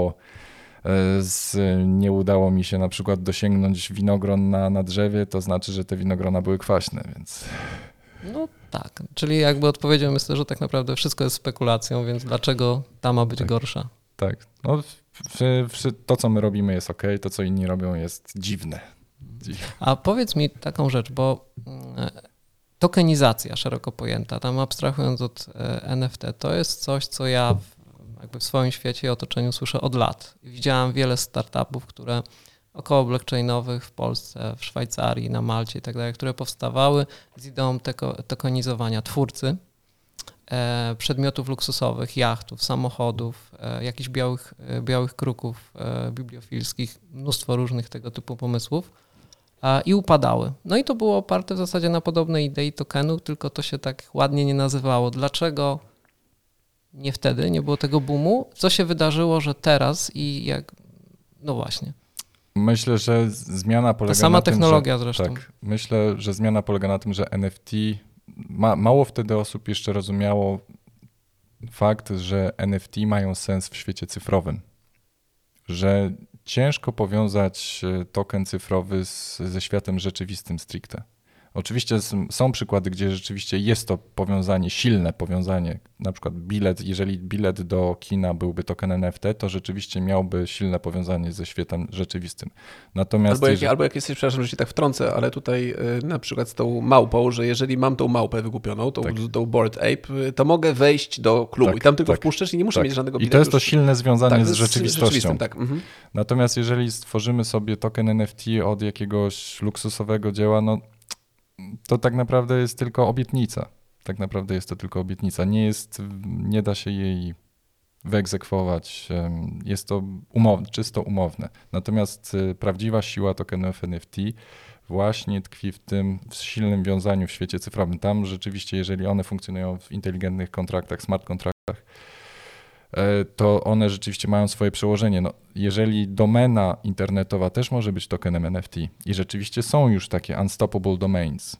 nie udało mi się na przykład dosięgnąć winogron na drzewie, to znaczy, że te winogrona były kwaśne, więc... No tak, czyli jakby odpowiedzią myślę, że tak naprawdę wszystko jest spekulacją, więc dlaczego ta ma być gorsza? Tak, no to co my robimy jest ok, to co inni robią jest dziwne. A powiedz mi taką rzecz, bo tokenizacja szeroko pojęta, tam abstrahując od NFT, to jest coś, co ja jakby w swoim świecie i otoczeniu słyszę od lat. Widziałem wiele startupów, które około blockchainowych w Polsce, w Szwajcarii, na Malcie i tak dalej, które powstawały z ideą tokenizowania twórcy, przedmiotów luksusowych, jachtów, samochodów, jakichś białych kruków bibliofilskich, mnóstwo różnych tego typu pomysłów i upadały. No i to było oparte w zasadzie na podobnej idei tokenu, tylko to się tak ładnie nie nazywało. Dlaczego nie wtedy, nie było tego boomu? Co się wydarzyło, że teraz i jak... No właśnie. Myślę, że zmiana polega na tym, sama technologia zresztą. Tak, myślę, że zmiana polega na tym, że NFT, mało wtedy osób jeszcze rozumiało fakt, że NFT mają sens w świecie cyfrowym. Że ciężko powiązać token cyfrowy ze światem rzeczywistym stricte. Oczywiście są przykłady, gdzie rzeczywiście jest to powiązanie, silne powiązanie. Na przykład jeżeli bilet do kina byłby token NFT, to rzeczywiście miałby silne powiązanie ze światem rzeczywistym. Natomiast albo jak jesteś, przepraszam, że się tak wtrącę, ale tutaj na przykład z tą małpą, że jeżeli mam tą małpę wykupioną, tą Bored Ape, to mogę wejść do klubu i tam tylko wpuszczasz i nie muszę mieć żadnego biletu. I to jest to silne związanie z rzeczywistością. Tak. Mhm. Natomiast jeżeli stworzymy sobie token NFT od jakiegoś luksusowego dzieła, no to tak naprawdę jest tylko obietnica. Tak naprawdę jest to tylko obietnica. Nie da się jej wyegzekwować. Jest to czysto umowne. Natomiast prawdziwa siła tokenów NFT właśnie tkwi w silnym wiązaniu w świecie cyfrowym. Tam rzeczywiście, jeżeli one funkcjonują w inteligentnych kontraktach, smart kontraktach, to one rzeczywiście mają swoje przełożenie. No, jeżeli domena internetowa też może być tokenem NFT i rzeczywiście są już takie unstoppable domains,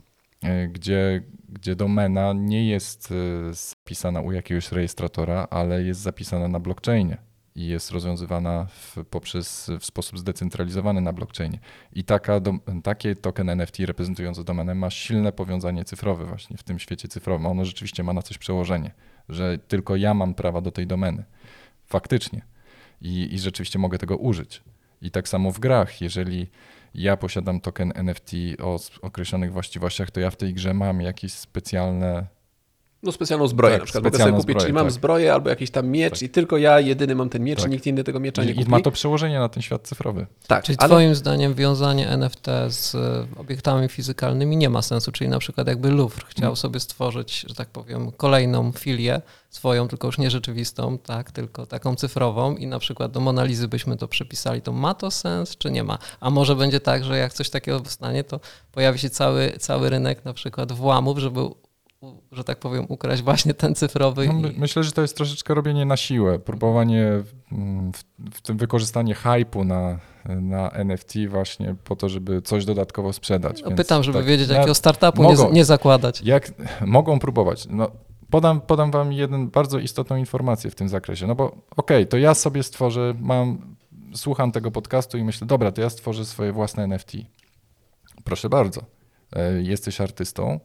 gdzie domena nie jest zapisana u jakiegoś rejestratora, ale jest zapisana na blockchainie i jest rozwiązywana w sposób zdecentralizowany na blockchainie. I takie token NFT reprezentujące domenę ma silne powiązanie cyfrowe właśnie w tym świecie cyfrowym. Ono rzeczywiście ma na coś przełożenie, że tylko ja mam prawa do tej domeny. Faktycznie. I rzeczywiście mogę tego użyć. I tak samo w grach. Jeżeli ja posiadam token NFT o określonych właściwościach, to ja w tej grze mam jakieś specjalną zbroję na przykład mogę sobie kupić, czyli mam zbroję albo jakiś tam miecz i tylko ja jedyny mam ten miecz i nikt inny tego miecza nie kupi. I ma to przełożenie na ten świat cyfrowy. Tak, czyli twoim zdaniem wiązanie NFT z obiektami fizykalnymi nie ma sensu, czyli na przykład jakby Louvre chciał sobie stworzyć, że tak powiem, kolejną filię swoją, tylko już nie rzeczywistą, tak, tylko taką cyfrową i na przykład do Mona Lizy byśmy to przypisali, to ma to sens, czy nie ma? A może będzie tak, że jak coś takiego powstanie, to pojawi się cały rynek na przykład włamów, żeby, że tak powiem, ukraść właśnie ten cyfrowy. Myślę, że to jest troszeczkę robienie na siłę, próbowanie w tym wykorzystanie hype'u na NFT właśnie po to, żeby coś dodatkowo sprzedać. No, pytam, żeby wiedzieć, jakiego startupu nie zakładać. Mogą próbować. No, podam wam bardzo istotną informację w tym zakresie. No bo to ja sobie stworzę, słucham tego podcastu i myślę, dobra, to ja stworzę swoje własne NFT. Proszę bardzo. Jesteś artystą,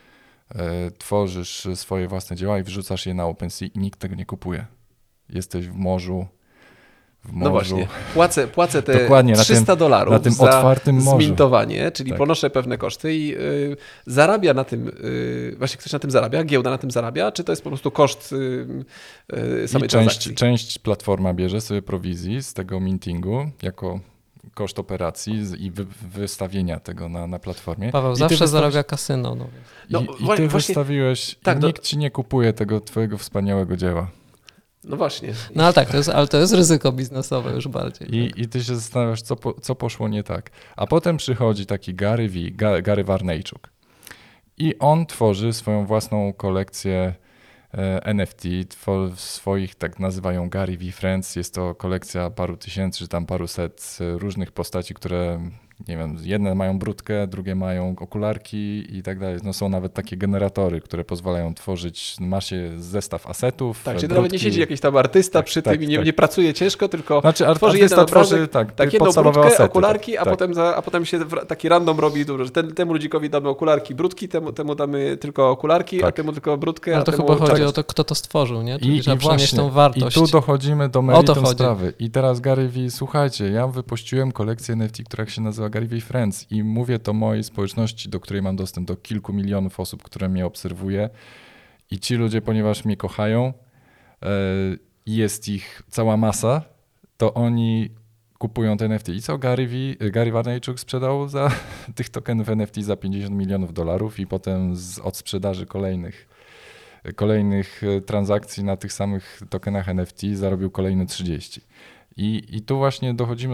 tworzysz swoje własne dzieła i wrzucasz je na OpenSea i nikt tego nie kupuje. Jesteś w morzu. No właśnie, płacę te Dokładnie, $300 na tym za otwartym morzu. zmintowanie, czyli ponoszę pewne koszty i zarabia na tym, właśnie ktoś na tym zarabia, giełda na tym zarabia, czy to jest po prostu koszt samej transakcji? Część platforma bierze sobie prowizji z tego mintingu jako koszt operacji i wystawienia tego na platformie. Paweł, zawsze zarabia kasyno. I ty wystawiłeś, nikt ci nie kupuje tego twojego wspaniałego dzieła. No właśnie. No ale tak, to jest ryzyko biznesowe już bardziej. I ty się zastanawiasz, co poszło nie tak. A potem przychodzi taki Gary Vaynerchuk i on tworzy swoją własną kolekcję NFT, swoich, tak nazywają Gary V Friends. Jest to kolekcja paru tysięcy, czy tam paruset różnych postaci, które nie wiem, jedne mają brudkę, drugie mają okularki i tak dalej. No są nawet takie generatory, które pozwalają tworzyć, masz zestaw asetów. Tak, czyli nawet nie siedzi jakiś tam artysta przy tym i nie pracuje ciężko, tylko tworzy jeden obrazek, jedną brudkę, okularki, a potem się taki random robi, że temu ludzikowi damy okularki, brudki, temu damy tylko okularki, a temu tylko brudkę. Ale to chyba chodzi o to, kto to stworzył, nie? Czyli trzeba przenieść tą wartość. I tu dochodzimy do meritum sprawy. I teraz Gary Vee, słuchajcie, ja wypuściłem kolekcję NFT, która się nazywa Gary Vee Friends i mówię to mojej społeczności, do której mam dostęp do kilku milionów osób, które mnie obserwuje i ci ludzie, ponieważ mnie kochają, jest ich cała masa, to oni kupują te NFT. I co Gary Vaynerchuk sprzedał za tych tokenów NFT za $50 milionów i potem od sprzedaży kolejnych transakcji na tych samych tokenach NFT zarobił kolejne 30. I tu właśnie dochodzimy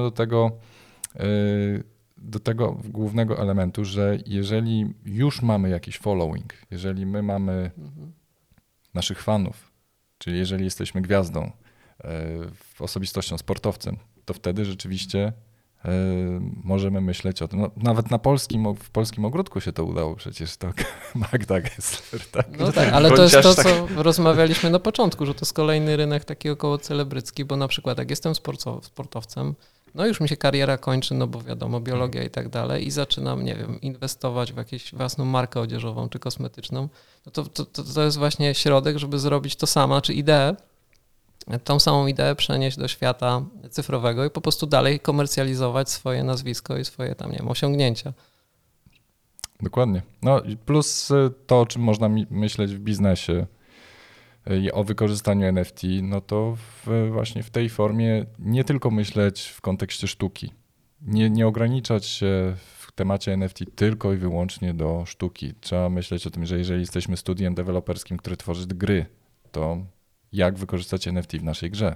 do tego głównego elementu, że jeżeli już mamy jakiś following, jeżeli my mamy naszych fanów, czyli jeżeli jesteśmy gwiazdą, osobistością, sportowcem, to wtedy rzeczywiście możemy myśleć o tym. No, nawet w polskim ogródku się to udało przecież, to Magda Gessler. Tak? No tak, ale to jest to, co rozmawialiśmy na początku, że to jest kolejny rynek taki około celebrycki, bo na przykład jak jestem sportowcem, no już mi się kariera kończy, no bo wiadomo, biologia i tak dalej i zaczynam, nie wiem, inwestować w jakąś własną markę odzieżową czy kosmetyczną, no to jest właśnie środek, żeby zrobić to samo, czy ideę, tą samą ideę przenieść do świata cyfrowego i po prostu dalej komercjalizować swoje nazwisko i swoje tam, nie wiem, osiągnięcia. Dokładnie. No plus to, o czym można myśleć w biznesie i o wykorzystaniu NFT, no to właśnie w tej formie nie tylko myśleć w kontekście sztuki. Nie ograniczać się w temacie NFT tylko i wyłącznie do sztuki. Trzeba myśleć o tym, że jeżeli jesteśmy studiem deweloperskim, który tworzy gry, to jak wykorzystać NFT w naszej grze.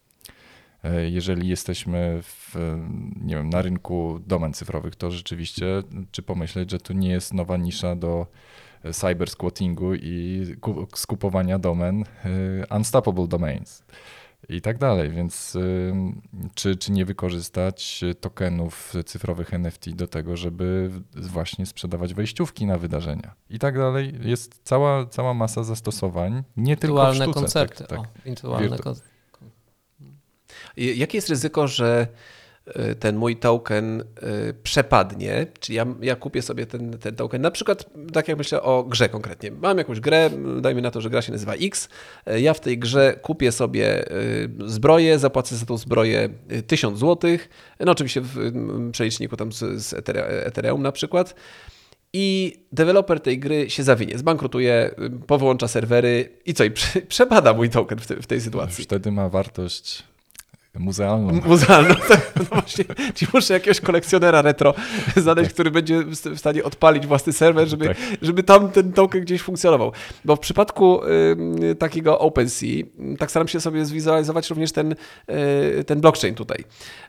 Jeżeli jesteśmy nie wiem, na rynku domen cyfrowych, to rzeczywiście czy pomyśleć, że to nie jest nowa nisza do cybersquattingu i skupowania domen unstoppable domains i tak dalej, więc czy nie wykorzystać tokenów cyfrowych NFT do tego, żeby właśnie sprzedawać wejściówki na wydarzenia i tak dalej. Jest cała masa zastosowań, nie tylko w sztuce. Koncerty. Wirtualne koncerty. Jakie jest ryzyko, że ten mój token przepadnie, czyli ja kupię sobie ten token, na przykład tak jak myślę o grze konkretnie. Mam jakąś grę, dajmy na to, że gra się nazywa X, ja w tej grze kupię sobie zbroję, zapłacę za tą zbroję 1000 zł, no oczywiście w przeliczniku tam z Ethereum na przykład i deweloper tej gry się zawinie, zbankrutuje, powyłącza serwery i co, i przepada mój token w tej sytuacji. Wtedy ma wartość muzealną. No właśnie. Czyli muszę jakiegoś kolekcjonera retro znaleźć, który będzie w stanie odpalić własny serwer, żeby tam ten token gdzieś funkcjonował. Bo w przypadku takiego OpenSea, tak staram się sobie zwizualizować również ten blockchain tutaj.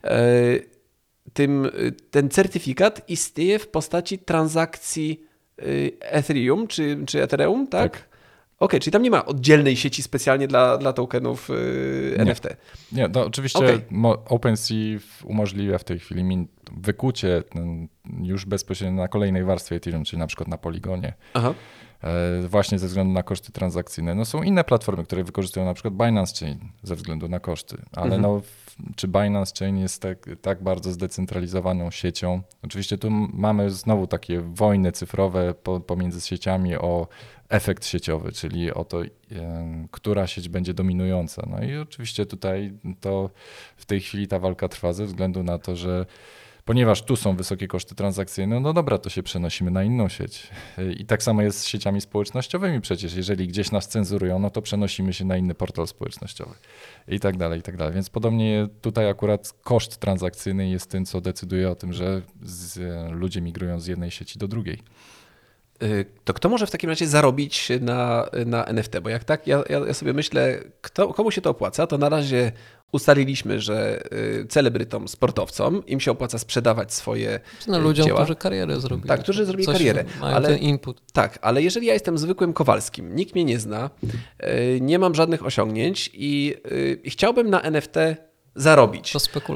Ten certyfikat istnieje w postaci transakcji Ethereum czy Ethereum, tak? Okej, czyli tam nie ma oddzielnej sieci specjalnie dla tokenów NFT. Nie, no oczywiście OpenSea umożliwia w tej chwili wykucie już bezpośrednio na kolejnej warstwie Ethereum, czyli na przykład na Poligonie. Aha. Właśnie ze względu na koszty transakcyjne. No są inne platformy, które wykorzystują na przykład Binance Chain ze względu na koszty, ale czy Binance Chain jest tak bardzo zdecentralizowaną siecią? Oczywiście tu mamy znowu takie wojny cyfrowe pomiędzy sieciami o efekt sieciowy, czyli o to, która sieć będzie dominująca. No i oczywiście tutaj to w tej chwili ta walka trwa ze względu na to, że ponieważ tu są wysokie koszty transakcyjne, no dobra, to się przenosimy na inną sieć. I tak samo jest z sieciami społecznościowymi przecież. Jeżeli gdzieś nas cenzurują, no to przenosimy się na inny portal społecznościowy i tak dalej, i tak dalej. Więc podobnie tutaj akurat koszt transakcyjny jest tym, co decyduje o tym, że ludzie migrują z jednej sieci do drugiej. To kto może w takim razie zarobić na NFT? Bo jak tak, ja sobie myślę, komu się to opłaca, to na razie ustaliliśmy, że celebrytom, sportowcom im się opłaca sprzedawać swoje ludziom, dzieła. którzy karierę zrobili. Tak, którzy zrobili karierę. Mają ten input. Tak, ale jeżeli ja jestem zwykłym Kowalskim, nikt mnie nie zna, nie mam żadnych osiągnięć i chciałbym na NFT zarobić. To spekulacja.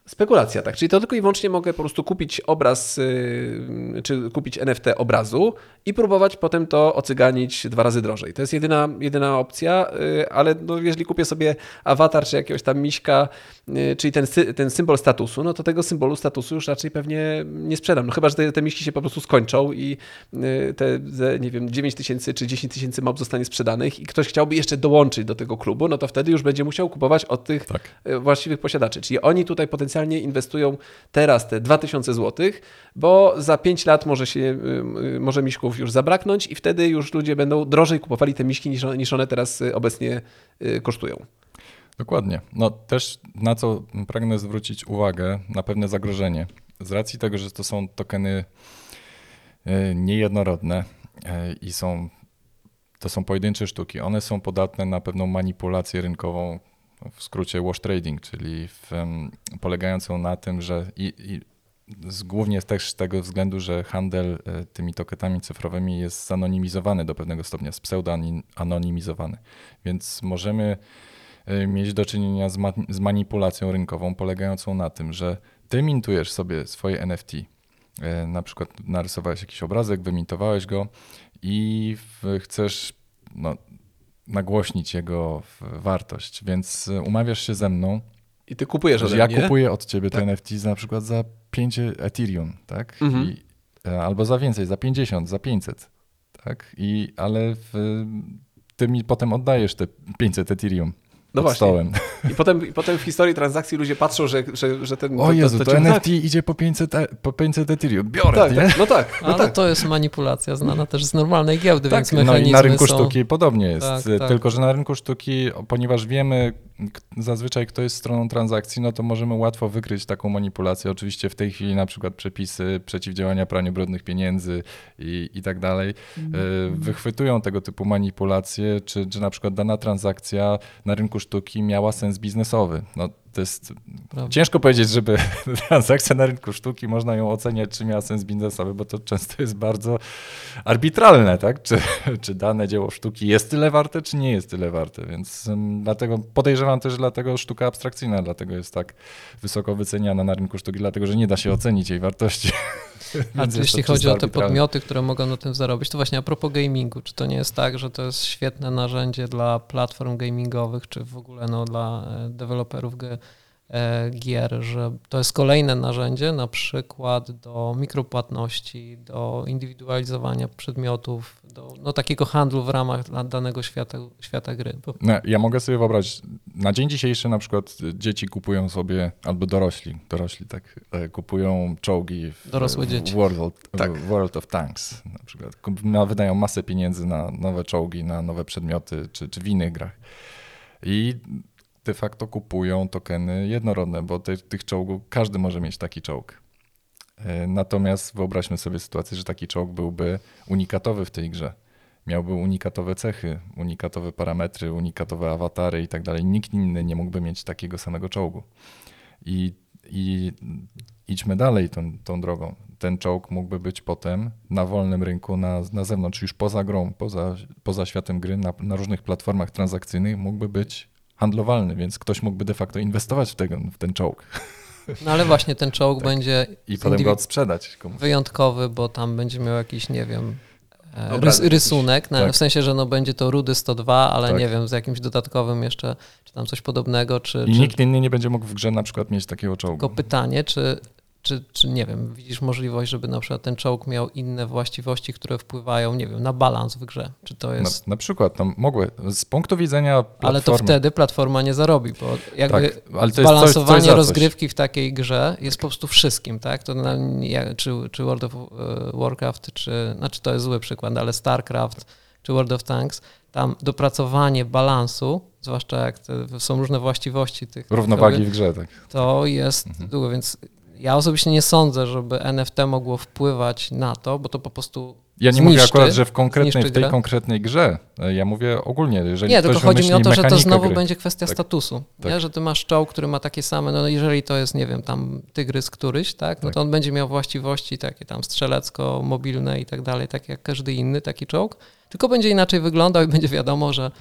Spekulacja, tak. Czyli to tylko i wyłącznie mogę po prostu kupić obraz, czy kupić NFT obrazu i próbować potem to ocyganić 2 razy drożej. To jest jedyna opcja, ale no, jeżeli kupię sobie awatar czy jakiegoś tam miśka, czyli ten symbol statusu, no to tego symbolu statusu już raczej pewnie nie sprzedam. No chyba, że te miśki się po prostu skończą i te, nie wiem, 9 000 czy 10 000 map zostanie sprzedanych i ktoś chciałby jeszcze dołączyć do tego klubu, no to wtedy już będzie musiał kupować od tych właściwych posiadaczy. Czyli oni tutaj potencjalnie inwestują teraz te 2000 zł, bo za 5 lat może miśków już zabraknąć i wtedy już ludzie będą drożej kupowali te miśki niż one teraz obecnie kosztują. Dokładnie. No też na co pragnę zwrócić uwagę, na pewne zagrożenie. Z racji tego, że to są tokeny niejednorodne i to są pojedyncze sztuki, one są podatne na pewną manipulację rynkową, w skrócie wash trading, czyli polegającą na tym, że głównie też z tego względu, że handel tymi tokenami cyfrowymi jest zanonimizowany do pewnego stopnia, pseudoanonimizowany. Więc możemy mieć do czynienia z manipulacją rynkową polegającą na tym, że ty mintujesz sobie swoje NFT, na przykład narysowałeś jakiś obrazek, wymintowałeś go i chcesz nagłośnić jego wartość, więc umawiasz się ze mną. I ty kupujesz ode mnie. Ja kupuję od ciebie te NFT na przykład za 5 Ethereum, tak? Albo za więcej, za 50, za 500, tak? Ale ty mi potem oddajesz te 500 Ethereum. No pod stołem. I potem w historii transakcji ludzie patrzą, że ten... O Jezu, to NFT idzie po 500 Ethereum. Biorę, tak, nie? Tak, no tak. Ale to jest manipulacja znana też z normalnej giełdy, więc mechanizmy no i na rynku są... sztuki podobnie jest. Tak. Tylko że na rynku sztuki, ponieważ wiemy zazwyczaj kto jest stroną transakcji, no to możemy łatwo wykryć taką manipulację. Oczywiście w tej chwili na przykład przepisy przeciwdziałania praniu brudnych pieniędzy i tak dalej wychwytują tego typu manipulacje, czy na przykład dana transakcja na rynku sztuki miała sens biznesowy. No, to jest ciężko powiedzieć, żeby transakcja na rynku sztuki można ją oceniać, czy miała sens biznesowy, bo to często jest bardzo arbitralne, tak? Czy dane dzieło sztuki jest tyle warte, czy nie jest tyle warte. Więc dlatego podejrzewam też, dlatego sztuka abstrakcyjna, dlatego jest tak wysoko wyceniana na rynku sztuki, dlatego że nie da się ocenić jej wartości. A jeśli chodzi o te podmioty, które mogą na tym zarobić, to właśnie a propos gamingu, czy to nie jest tak, że to jest świetne narzędzie dla platform gamingowych, czy w ogóle dla deweloperów gier, że to jest kolejne narzędzie na przykład do mikropłatności, do indywidualizowania przedmiotów, do takiego handlu w ramach danego świata gry. No, ja mogę sobie wyobrazić, na dzień dzisiejszy na przykład dzieci kupują sobie, albo dorośli tak, kupują czołgi w World of Tanks na przykład. Wydają masę pieniędzy na nowe czołgi, na nowe przedmioty, czy w innych grach. I de facto kupują tokeny jednorodne, bo tych czołgów, każdy może mieć taki czołg. Natomiast wyobraźmy sobie sytuację, że taki czołg byłby unikatowy w tej grze. Miałby unikatowe cechy, unikatowe parametry, unikatowe awatary i tak dalej. Nikt inny nie mógłby mieć takiego samego czołgu. I idźmy dalej tą drogą. Ten czołg mógłby być potem na wolnym rynku, na zewnątrz, już poza grą, poza światem gry, na różnych platformach transakcyjnych mógłby być handlowalny, więc ktoś mógłby de facto inwestować w ten czołg. No ale właśnie ten czołg będzie i potem go odsprzedać komuś. Wyjątkowy, bo tam będzie miał jakiś, nie wiem, rysunek, w sensie, że będzie to rudy 102, ale nie wiem, z jakimś dodatkowym jeszcze, czy tam coś podobnego. I nikt inny nie będzie mógł w grze na przykład mieć takiego czołgu. Tylko pytanie, czy nie wiem, widzisz możliwość, żeby na przykład ten czołg miał inne właściwości, które wpływają, nie wiem, na balans w grze? Czy to jest... Na przykład, tam mogły, z punktu widzenia platformy... Ale to wtedy platforma nie zarobi, bo jakby ale to balansowanie jest coś rozgrywki w takiej grze jest po prostu wszystkim, tak? To czy World of Warcraft, znaczy to jest zły przykład, ale StarCraft czy World of Tanks, tam dopracowanie balansu, zwłaszcza jak są różne właściwości tych... Równowagi w grze, tak. To jest długo, więc... Ja osobiście nie sądzę, żeby NFT mogło wpływać na to, bo to po prostu Ja nie mówię akurat, że w tej konkretnej grze. Ja mówię ogólnie, jeżeli nie, tylko chodzi mi o to, że to znowu gry. Będzie kwestia statusu. Tak. Nie? Że ty masz czołg, który ma takie same, no jeżeli to jest, nie wiem, tam tygrys któryś, tak, no to on będzie miał właściwości takie tam strzelecko-mobilne i tak dalej, tak jak każdy inny taki czołg, tylko będzie inaczej wyglądał i będzie wiadomo, że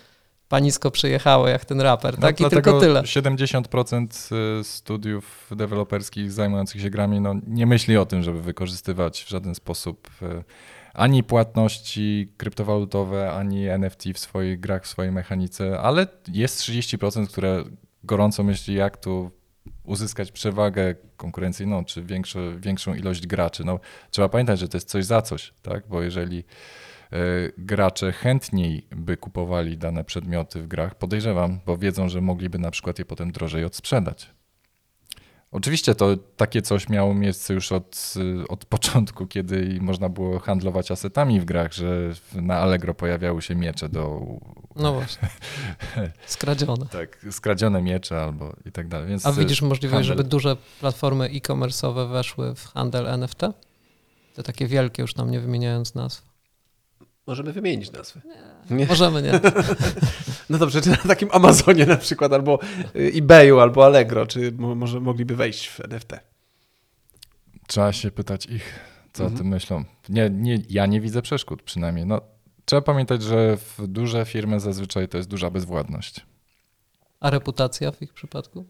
panisko przyjechało jak ten raper, No, tak? I dlatego tylko tyle. 70% studiów deweloperskich zajmujących się grami nie myśli o tym, żeby wykorzystywać w żaden sposób ani płatności kryptowalutowe, ani NFT w swoich grach, w swojej mechanice, ale jest 30%, które gorąco myśli, jak tu uzyskać przewagę konkurencyjną, czy większą ilość graczy. No, trzeba pamiętać, że to jest coś za coś, tak? Bo jeżeli gracze chętniej by kupowali dane przedmioty w grach, podejrzewam, bo wiedzą, że mogliby na przykład je potem drożej odsprzedać. Oczywiście to takie coś miało miejsce już od początku, kiedy można było handlować asetami w grach, że na Allegro pojawiały się miecze No właśnie, skradzione. Tak, skradzione miecze albo i tak dalej. Więc A widzisz możliwość, handel... żeby duże platformy e-commerce'owe weszły w handel NFT? Te takie wielkie, już nam nie wymieniając nazw. Możemy wymienić nazwy. Nie. Możemy, nie. No dobrze, czy na takim Amazonie na przykład, albo eBayu, albo Allegro, czy może mogliby wejść w NFT? Trzeba się pytać ich, co o tym myślą. Ja nie widzę przeszkód przynajmniej. No, trzeba pamiętać, że w duże firmy zazwyczaj to jest duża bezwładność. A reputacja w ich przypadku?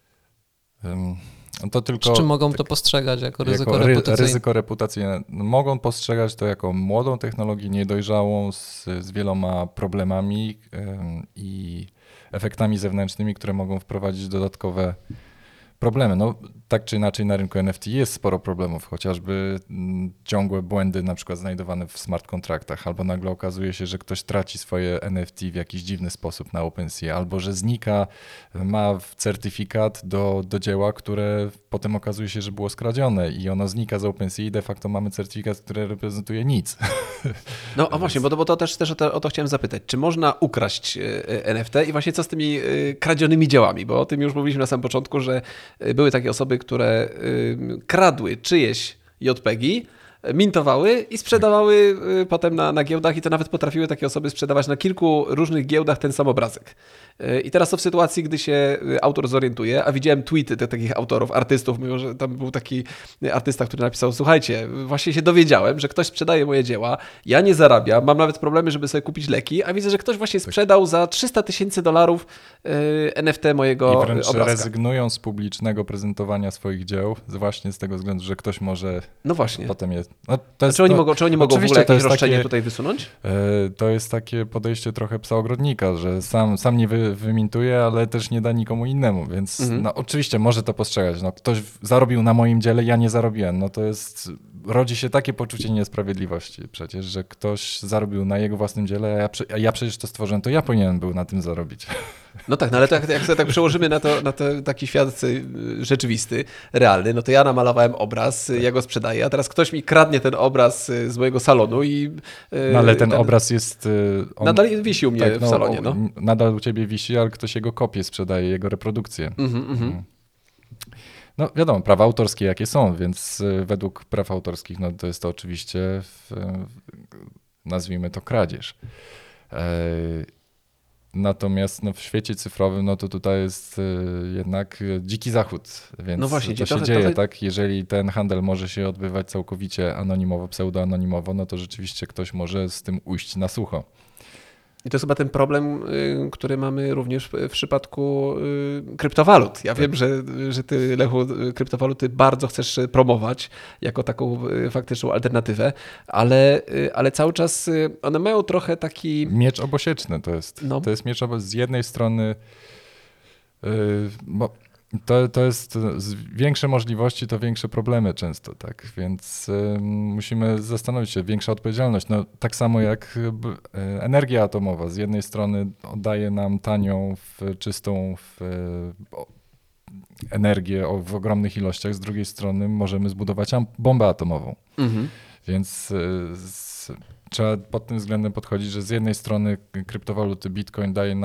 To tylko, czy mogą to postrzegać jako ryzyko reputacyjne? Ryzyko reputacyjne. Mogą postrzegać to jako młodą technologię, niedojrzałą, z wieloma problemami i efektami zewnętrznymi, które mogą wprowadzić dodatkowe problemy. No, tak czy inaczej na rynku NFT jest sporo problemów, chociażby ciągłe błędy na przykład znajdowane w smart kontraktach, albo nagle okazuje się, że ktoś traci swoje NFT w jakiś dziwny sposób na OpenSea, albo że znika, ma certyfikat do dzieła, które potem okazuje się, że było skradzione i ono znika z OpenSea i de facto mamy certyfikat, który reprezentuje nic. No a właśnie, bo to też o to chciałem zapytać. Czy można ukraść NFT i właśnie co z tymi kradzionymi dziełami? Bo o tym już mówiliśmy na samym początku, że były takie osoby, które kradły czyjeś JPEGi, mintowały i sprzedawały potem na giełdach i to nawet potrafiły takie osoby sprzedawać na kilku różnych giełdach ten sam obrazek. I teraz to w sytuacji, gdy się autor zorientuje, a widziałem tweety takich autorów, artystów, mówią, że tam był taki artysta, który napisał: słuchajcie, właśnie się dowiedziałem, że ktoś sprzedaje moje dzieła, ja nie zarabiam, mam nawet problemy, żeby sobie kupić leki, a widzę, że ktoś właśnie sprzedał za $300,000 NFT mojego I wręcz obrazka. rezygnują z publicznego prezentowania swoich dzieł właśnie z tego względu, że ktoś może potem je... No, czy oni mogą w ogóle jakieś roszczenie tutaj wysunąć? To jest takie podejście trochę psa ogrodnika, że sam nie wymintuje, ale też nie da nikomu innemu, więc no, oczywiście może to postrzegać. No, ktoś zarobił na moim dziele, ja nie zarobiłem. No to jest... Rodzi się takie poczucie niesprawiedliwości przecież, że ktoś zarobił na jego własnym dziele, a ja przecież to stworzyłem, to ja powinienem był na tym zarobić. No tak, no ale jak sobie tak przełożymy na taki świat rzeczywisty, realny, no to ja namalowałem obraz, ja go sprzedaję, a teraz ktoś mi kradnie ten obraz z mojego salonu i... No ale ten obraz jest... nadal wisi u mnie w salonie, no. Nadal u ciebie wisi, ale ktoś jego kopię sprzedaje, jego reprodukcję. No wiadomo, prawa autorskie jakie są, więc według praw autorskich no to jest to oczywiście, nazwijmy to kradzież. Natomiast no, w świecie cyfrowym no to tutaj jest jednak dziki zachód, więc no właśnie, to się dzieje, tak? Jeżeli ten handel może się odbywać całkowicie anonimowo, pseudoanonimowo, no to rzeczywiście ktoś może z tym ujść na sucho. I to jest chyba ten problem, który mamy również w przypadku kryptowalut. Ja wiem, że ty, Lechu, kryptowaluty bardzo chcesz promować jako taką faktyczną alternatywę, ale cały czas one mają trochę taki... Miecz obosieczny to jest. No. To jest miecz z jednej strony... Bo to jest większe możliwości, to większe problemy często, tak? Więc musimy zastanowić się, większa odpowiedzialność. No, tak samo jak energia atomowa. Z jednej strony oddaje nam tanią, czystą energię w ogromnych ilościach, z drugiej strony możemy zbudować bombę atomową. Więc trzeba pod tym względem podchodzić, że z jednej strony kryptowaluty Bitcoin daje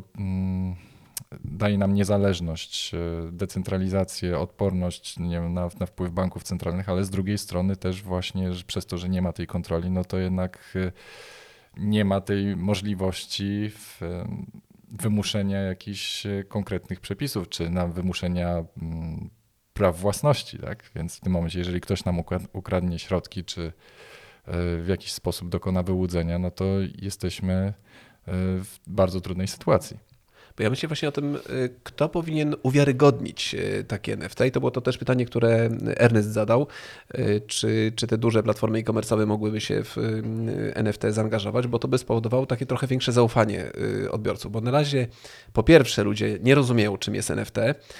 nam niezależność, decentralizację, odporność nie wiem, na wpływ banków centralnych, ale z drugiej strony też właśnie że przez to, że nie ma tej kontroli, no to jednak nie ma tej możliwości wymuszenia jakichś konkretnych przepisów, czy wymuszenia praw własności. Tak? Więc w tym momencie, jeżeli ktoś nam ukradnie środki, czy w jakiś sposób dokona wyłudzenia, no to jesteśmy w bardzo trudnej sytuacji. Bo ja myślę właśnie o tym, kto powinien uwiarygodnić takie NFT. I to było to też pytanie, które Ernest zadał. Czy te duże platformy e-commerce'owe mogłyby się w NFT zaangażować, bo to by spowodowało takie trochę większe zaufanie odbiorców. Bo na razie po pierwsze ludzie nie rozumieją, czym jest NFT.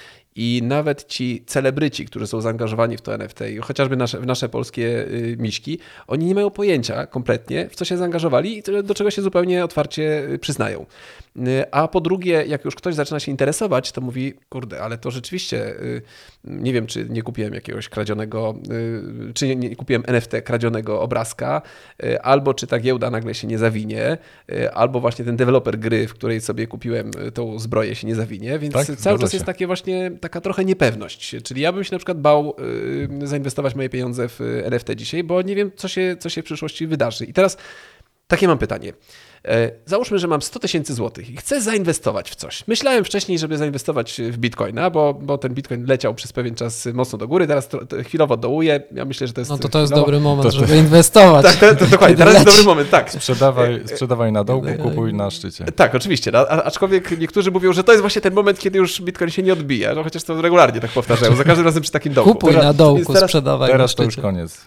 I nawet ci celebryci, którzy są zaangażowani w to NFT, i chociażby w nasze polskie miśki, oni nie mają pojęcia kompletnie, w co się zaangażowali i do czego się zupełnie otwarcie przyznają. A po drugie, jak już ktoś zaczyna się interesować, to mówi, kurde, ale to rzeczywiście, nie wiem, czy nie kupiłem jakiegoś kradzionego, czy nie kupiłem NFT kradzionego obrazka, albo czy ta giełda nagle się nie zawinie, albo właśnie ten deweloper gry, w której sobie kupiłem tą zbroję, się nie zawinie, więc tak, cały czas jest takie właśnie taka trochę niepewność. Czyli ja bym się na przykład bał zainwestować moje pieniądze w NFT dzisiaj, bo nie wiem, co się w przyszłości wydarzy. I teraz takie mam pytanie. Załóżmy, że mam 100 000 złotych i chcę zainwestować w coś. Myślałem wcześniej, żeby zainwestować w Bitcoina, bo ten Bitcoin leciał przez pewien czas mocno do góry, teraz chwilowo dołuje. Ja myślę, że to jest... No to jest dobry moment, żeby inwestować. Tak, to dokładnie, teraz jest dobry moment, tak. Sprzedawaj na dołku, kupuj na szczycie. Tak, oczywiście, aczkolwiek niektórzy mówią, że to jest właśnie ten moment, kiedy już Bitcoin się nie odbija, no chociaż to regularnie tak powtarzają, za każdym razem przy takim dołku. Kupuj na dołku, sprzedawaj teraz na szczycie. To już koniec.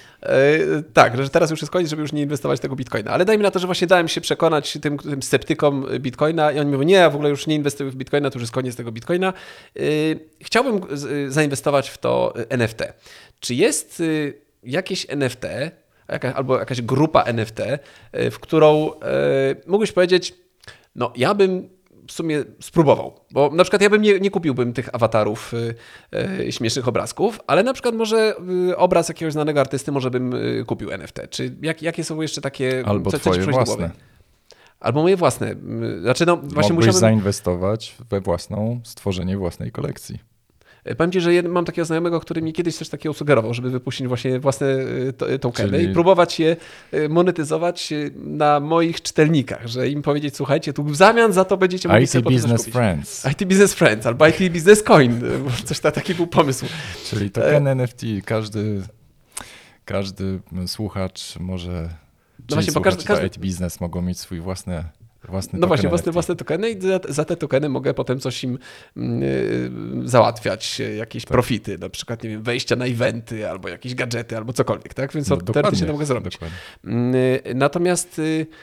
Tak, że teraz już jest koniec, żeby już nie inwestować tego Bitcoina. Ale dajmy na to, że właśnie dałem się przekonać tym sceptykom Bitcoina i oni mówią, nie, ja w ogóle już nie inwestuję w Bitcoina, to już jest koniec tego Bitcoina. Chciałbym zainwestować w to NFT. Czy jest jakieś NFT, albo jakaś grupa NFT, w którą mógłbyś powiedzieć, no ja bym w sumie spróbował, bo na przykład ja bym nie kupiłbym tych awatarów śmiesznych obrazków, ale na przykład może obraz jakiegoś znanego artysty może bym kupił NFT. Czy jakie są jeszcze takie... Albo twoje własne. Albo moje własne. Znaczy, no, właśnie mógłbyś zainwestować we stworzenie własnej kolekcji. Powiem Ci, że mam takiego znajomego, który mi kiedyś coś takiego sugerował, żeby wypuścić właśnie własne tokeny i próbować je monetyzować na moich czytelnikach, że im powiedzieć, słuchajcie, tu w zamian za to będziecie mogli sobie potem Business Friends. IT Business Friends albo IT Business Coin. Coś taki był pomysł. Czyli token NFT, każdy słuchacz może... No właśnie, bo każdy IT Business mogą mieć swój własne własne tokeny i za te tokeny mogę potem coś im załatwiać, jakieś profity, na przykład, nie wiem, wejścia na eventy, albo jakieś gadżety, albo cokolwiek, tak? Więc teoretycznie to mogę zrobić. Natomiast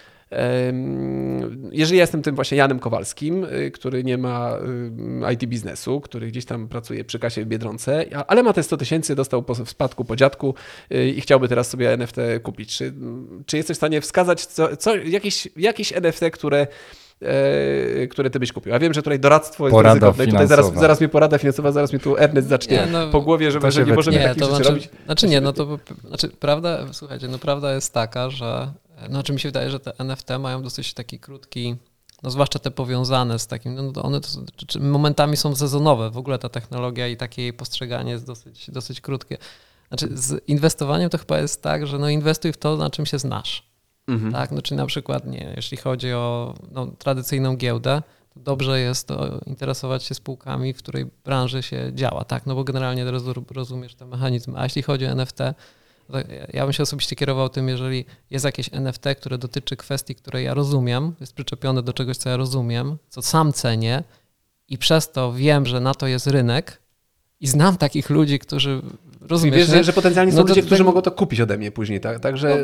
jeżeli ja jestem tym właśnie Janem Kowalskim, który nie ma IT biznesu, który gdzieś tam pracuje przy kasie w Biedronce, ale ma te 100 000, dostał w spadku po dziadku i chciałby teraz sobie NFT kupić. Czy jesteś w stanie wskazać jakieś NFT, które ty byś kupił? Ja wiem, że tutaj doradztwo jest ryzykowne. Tutaj zaraz mi porada finansowa, zaraz mi tu Ernest zacznie po głowie, że nie możemy takich rzeczy robić. Prawda, słuchajcie, prawda jest taka, że mi się wydaje, że te NFT mają dosyć taki krótki, zwłaszcza te powiązane z takim, one momentami są sezonowe. W ogóle ta technologia i takie jej postrzeganie jest dosyć krótkie. Z inwestowaniem to chyba jest tak, że inwestuj w to, na czym się znasz. Mhm. Tak? Czyli na przykład jeśli chodzi o tradycyjną giełdę, to dobrze jest interesować się spółkami, w której branży się działa, tak? Bo generalnie rozumiesz te mechanizmy. A jeśli chodzi o NFT, ja bym się osobiście kierował tym, jeżeli jest jakieś NFT, które dotyczy kwestii, które ja rozumiem, jest przyczepione do czegoś, co ja rozumiem, co sam cenię i przez to wiem, że na to jest rynek i znam takich ludzi, którzy rozumiesz, wiesz, że potencjalnie są ludzie, którzy mogą to kupić ode mnie później, tak? Także,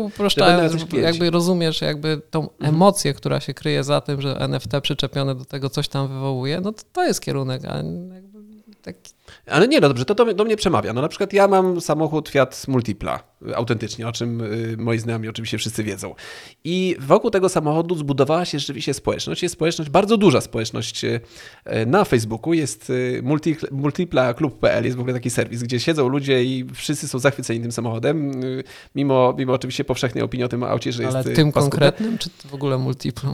jakby rozumiesz tą emocję, która się kryje za tym, że NFT przyczepione do tego coś tam wywołuje, to jest kierunek, a jakby taki... Ale nie, dobrze, to do mnie przemawia. Na przykład ja mam samochód Fiat Multipla, autentycznie, o czym moi znajomi oczywiście wszyscy wiedzą. I wokół tego samochodu zbudowała się rzeczywiście społeczność. Jest społeczność, bardzo duża społeczność na Facebooku. Jest multiplaklub.pl, jest w ogóle taki serwis, gdzie siedzą ludzie i wszyscy są zachwyceni tym samochodem, mimo oczywiście powszechnej opinii o tym aucie, że ale jest tym paskudne. konkretnym, czy w ogóle multiplą?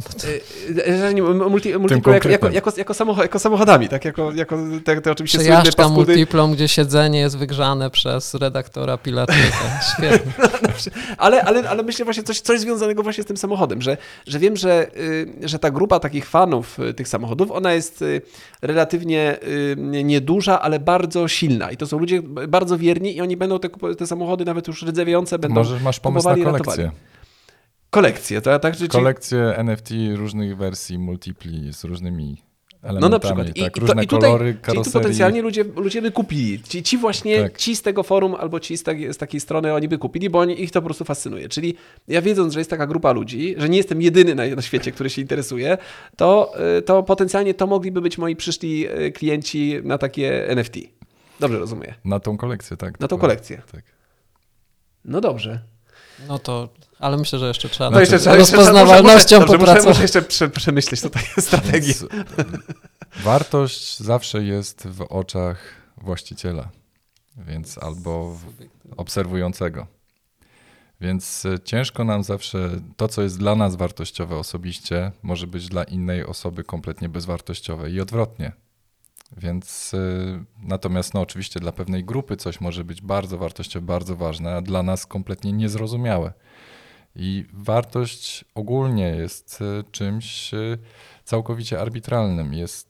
Multipla jako samochodami, tak? Te oczywiście słynne paskudy. Multiplą, gdzie siedzenie jest wygrzane przez redaktora Pilatnika. Świetnie. Ale myślę właśnie coś związanego właśnie z tym samochodem, że wiem, że ta grupa takich fanów tych samochodów, ona jest relatywnie nieduża, ale bardzo silna. I to są ludzie bardzo wierni i oni będą te samochody nawet już rdzewiejące będą Może masz pomysł na kolekcję. kolekcje, to tak? Kolekcje NFT różnych wersji, multipli z różnymi elementami. No na przykład. Tak, różne kolory, karoserii. Czyli tu potencjalnie ludzie by kupili. Ci właśnie, tak. Ci z tego forum albo ci z takiej strony oni by kupili, bo ich to po prostu fascynuje. Czyli ja wiedząc, że jest taka grupa ludzi, że nie jestem jedyny na świecie, który się interesuje, to potencjalnie to mogliby być moi przyszli klienci na takie NFT. Dobrze rozumiem. Na tą kolekcję, tak. Na tą kolekcję. Tak. No dobrze. No to, ale myślę, że jeszcze trzeba No nad rozpoznawalnością popracować. Muszę jeszcze przemyśleć tutaj strategię. Więc wartość zawsze jest w oczach właściciela, więc albo obserwującego. Więc ciężko nam zawsze, to co jest dla nas wartościowe osobiście, może być dla innej osoby kompletnie bezwartościowe i odwrotnie. Więc natomiast no oczywiście dla pewnej grupy coś może być bardzo wartościowe, bardzo ważne, a dla nas kompletnie niezrozumiałe. I wartość ogólnie jest czymś całkowicie arbitralnym.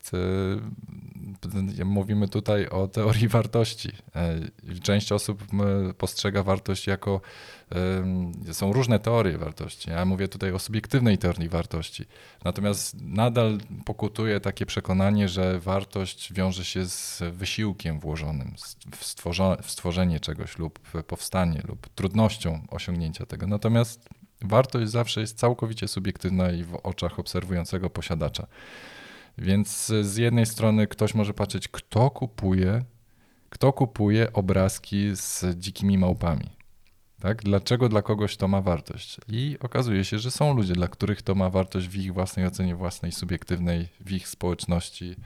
Mówimy tutaj o teorii wartości. Część osób postrzega wartość jako, są różne teorie wartości. Ja mówię tutaj o subiektywnej teorii wartości. Natomiast nadal pokutuje takie przekonanie, że wartość wiąże się z wysiłkiem włożonym w stworzenie czegoś lub powstanie lub trudnością osiągnięcia tego. Natomiast wartość zawsze jest całkowicie subiektywna i w oczach obserwującego posiadacza. Więc z jednej strony ktoś może patrzeć, kto kupuje obrazki z dzikimi małpami. Tak? Dlaczego dla kogoś to ma wartość? I okazuje się, że są ludzie, dla których to ma wartość w ich własnej ocenie, własnej subiektywnej, w ich społeczności,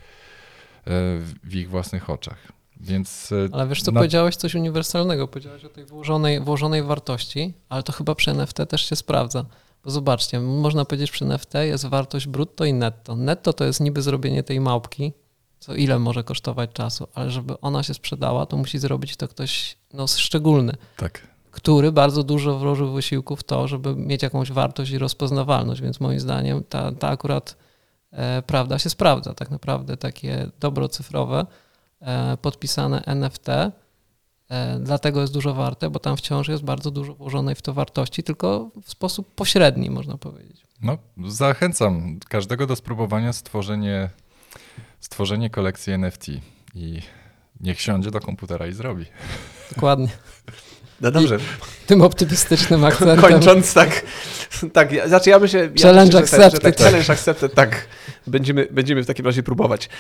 w ich własnych oczach. Więc, ale wiesz co, powiedziałeś coś uniwersalnego, powiedziałeś o tej włożonej wartości, ale to chyba przy NFT też się sprawdza. Bo zobaczcie, można powiedzieć, przy NFT jest wartość brutto i netto. Netto to jest niby zrobienie tej małpki, co ile może kosztować czasu, ale żeby ona się sprzedała, to musi zrobić to ktoś szczególny, tak, który bardzo dużo włożył wysiłku w to, żeby mieć jakąś wartość i rozpoznawalność, więc moim zdaniem ta akurat prawda się sprawdza. Tak naprawdę takie dobro cyfrowe, podpisane NFT, dlatego jest dużo warte, bo tam wciąż jest bardzo dużo włożonej w to wartości, tylko w sposób pośredni, można powiedzieć. No, zachęcam każdego do spróbowania stworzenie kolekcji NFT i niech siądzie do komputera i zrobi. Dokładnie. No dobrze. I tym optymistycznym akcentem. Kończąc tak, znaczy ja myślę, challenge accepted. Challenge accepted, tak. Będziemy w takim razie próbować.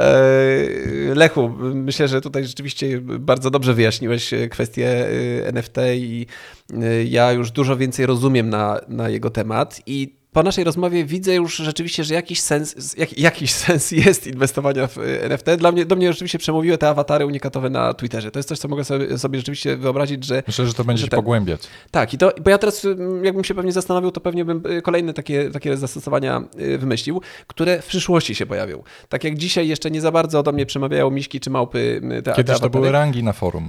Lechu, myślę, że tutaj rzeczywiście bardzo dobrze wyjaśniłeś kwestię NFT i ja już dużo więcej rozumiem na jego temat i po naszej rozmowie widzę już rzeczywiście, że jakiś sens jest inwestowania w NFT. Do mnie rzeczywiście przemówiły te awatary unikatowe na Twitterze. To jest coś, co mogę sobie rzeczywiście wyobrazić, że... Myślę, że to będzie się pogłębiać. Tak, bo ja teraz, jakbym się pewnie zastanowił, to pewnie bym kolejne takie zastosowania wymyślił, które w przyszłości się pojawią. Tak jak dzisiaj jeszcze nie za bardzo do mnie przemawiają miśki czy małpy. Kiedyś to były rangi na forum.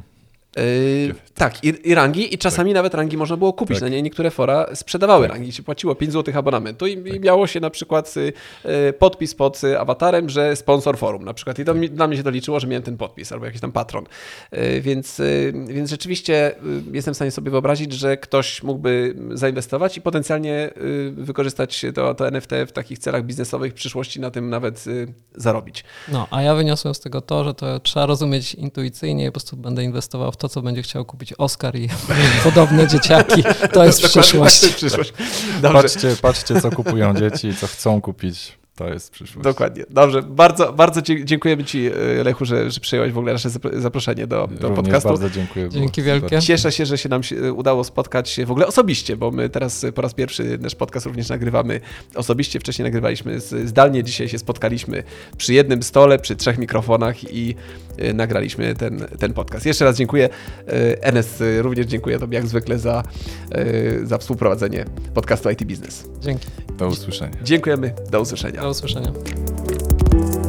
Tak, i rangi, i czasami nawet rangi można było kupić. Tak. Niektóre fora sprzedawały rangi, się płaciło 5 zł abonamentu i miało się na przykład podpis pod awatarem, że sponsor forum na przykład. I to dla mnie się to liczyło, że miałem ten podpis albo jakiś tam patron. Więc rzeczywiście jestem w stanie sobie wyobrazić, że ktoś mógłby zainwestować i potencjalnie wykorzystać to NFT w takich celach biznesowych w przyszłości, na tym nawet zarobić. No, a ja wyniosłem z tego to, że to trzeba rozumieć intuicyjnie i po prostu będę inwestował w to, co będzie chciał kupić Oskar i podobne dzieciaki. To jest przyszłość. Patrzcie, co kupują dzieci i co chcą kupić. To jest przyszłość. Dokładnie. Dobrze. Bardzo dziękujemy Ci, Lechu, że przyjąłeś w ogóle nasze zaproszenie do podcastu. Bardzo dziękuję. Dzięki wielkie. Cieszę się, że się nam udało spotkać w ogóle osobiście, bo my teraz po raz pierwszy nasz podcast również nagrywamy osobiście. Wcześniej nagrywaliśmy zdalnie. Dzisiaj się spotkaliśmy przy jednym stole, przy 3 mikrofonach i nagraliśmy ten podcast. Jeszcze raz dziękuję. Enes, również dziękuję Tobie jak zwykle za współprowadzenie podcastu IT Business. Dzięki. Do usłyszenia. Dziękujemy. Do usłyszenia. Do usłyszenia.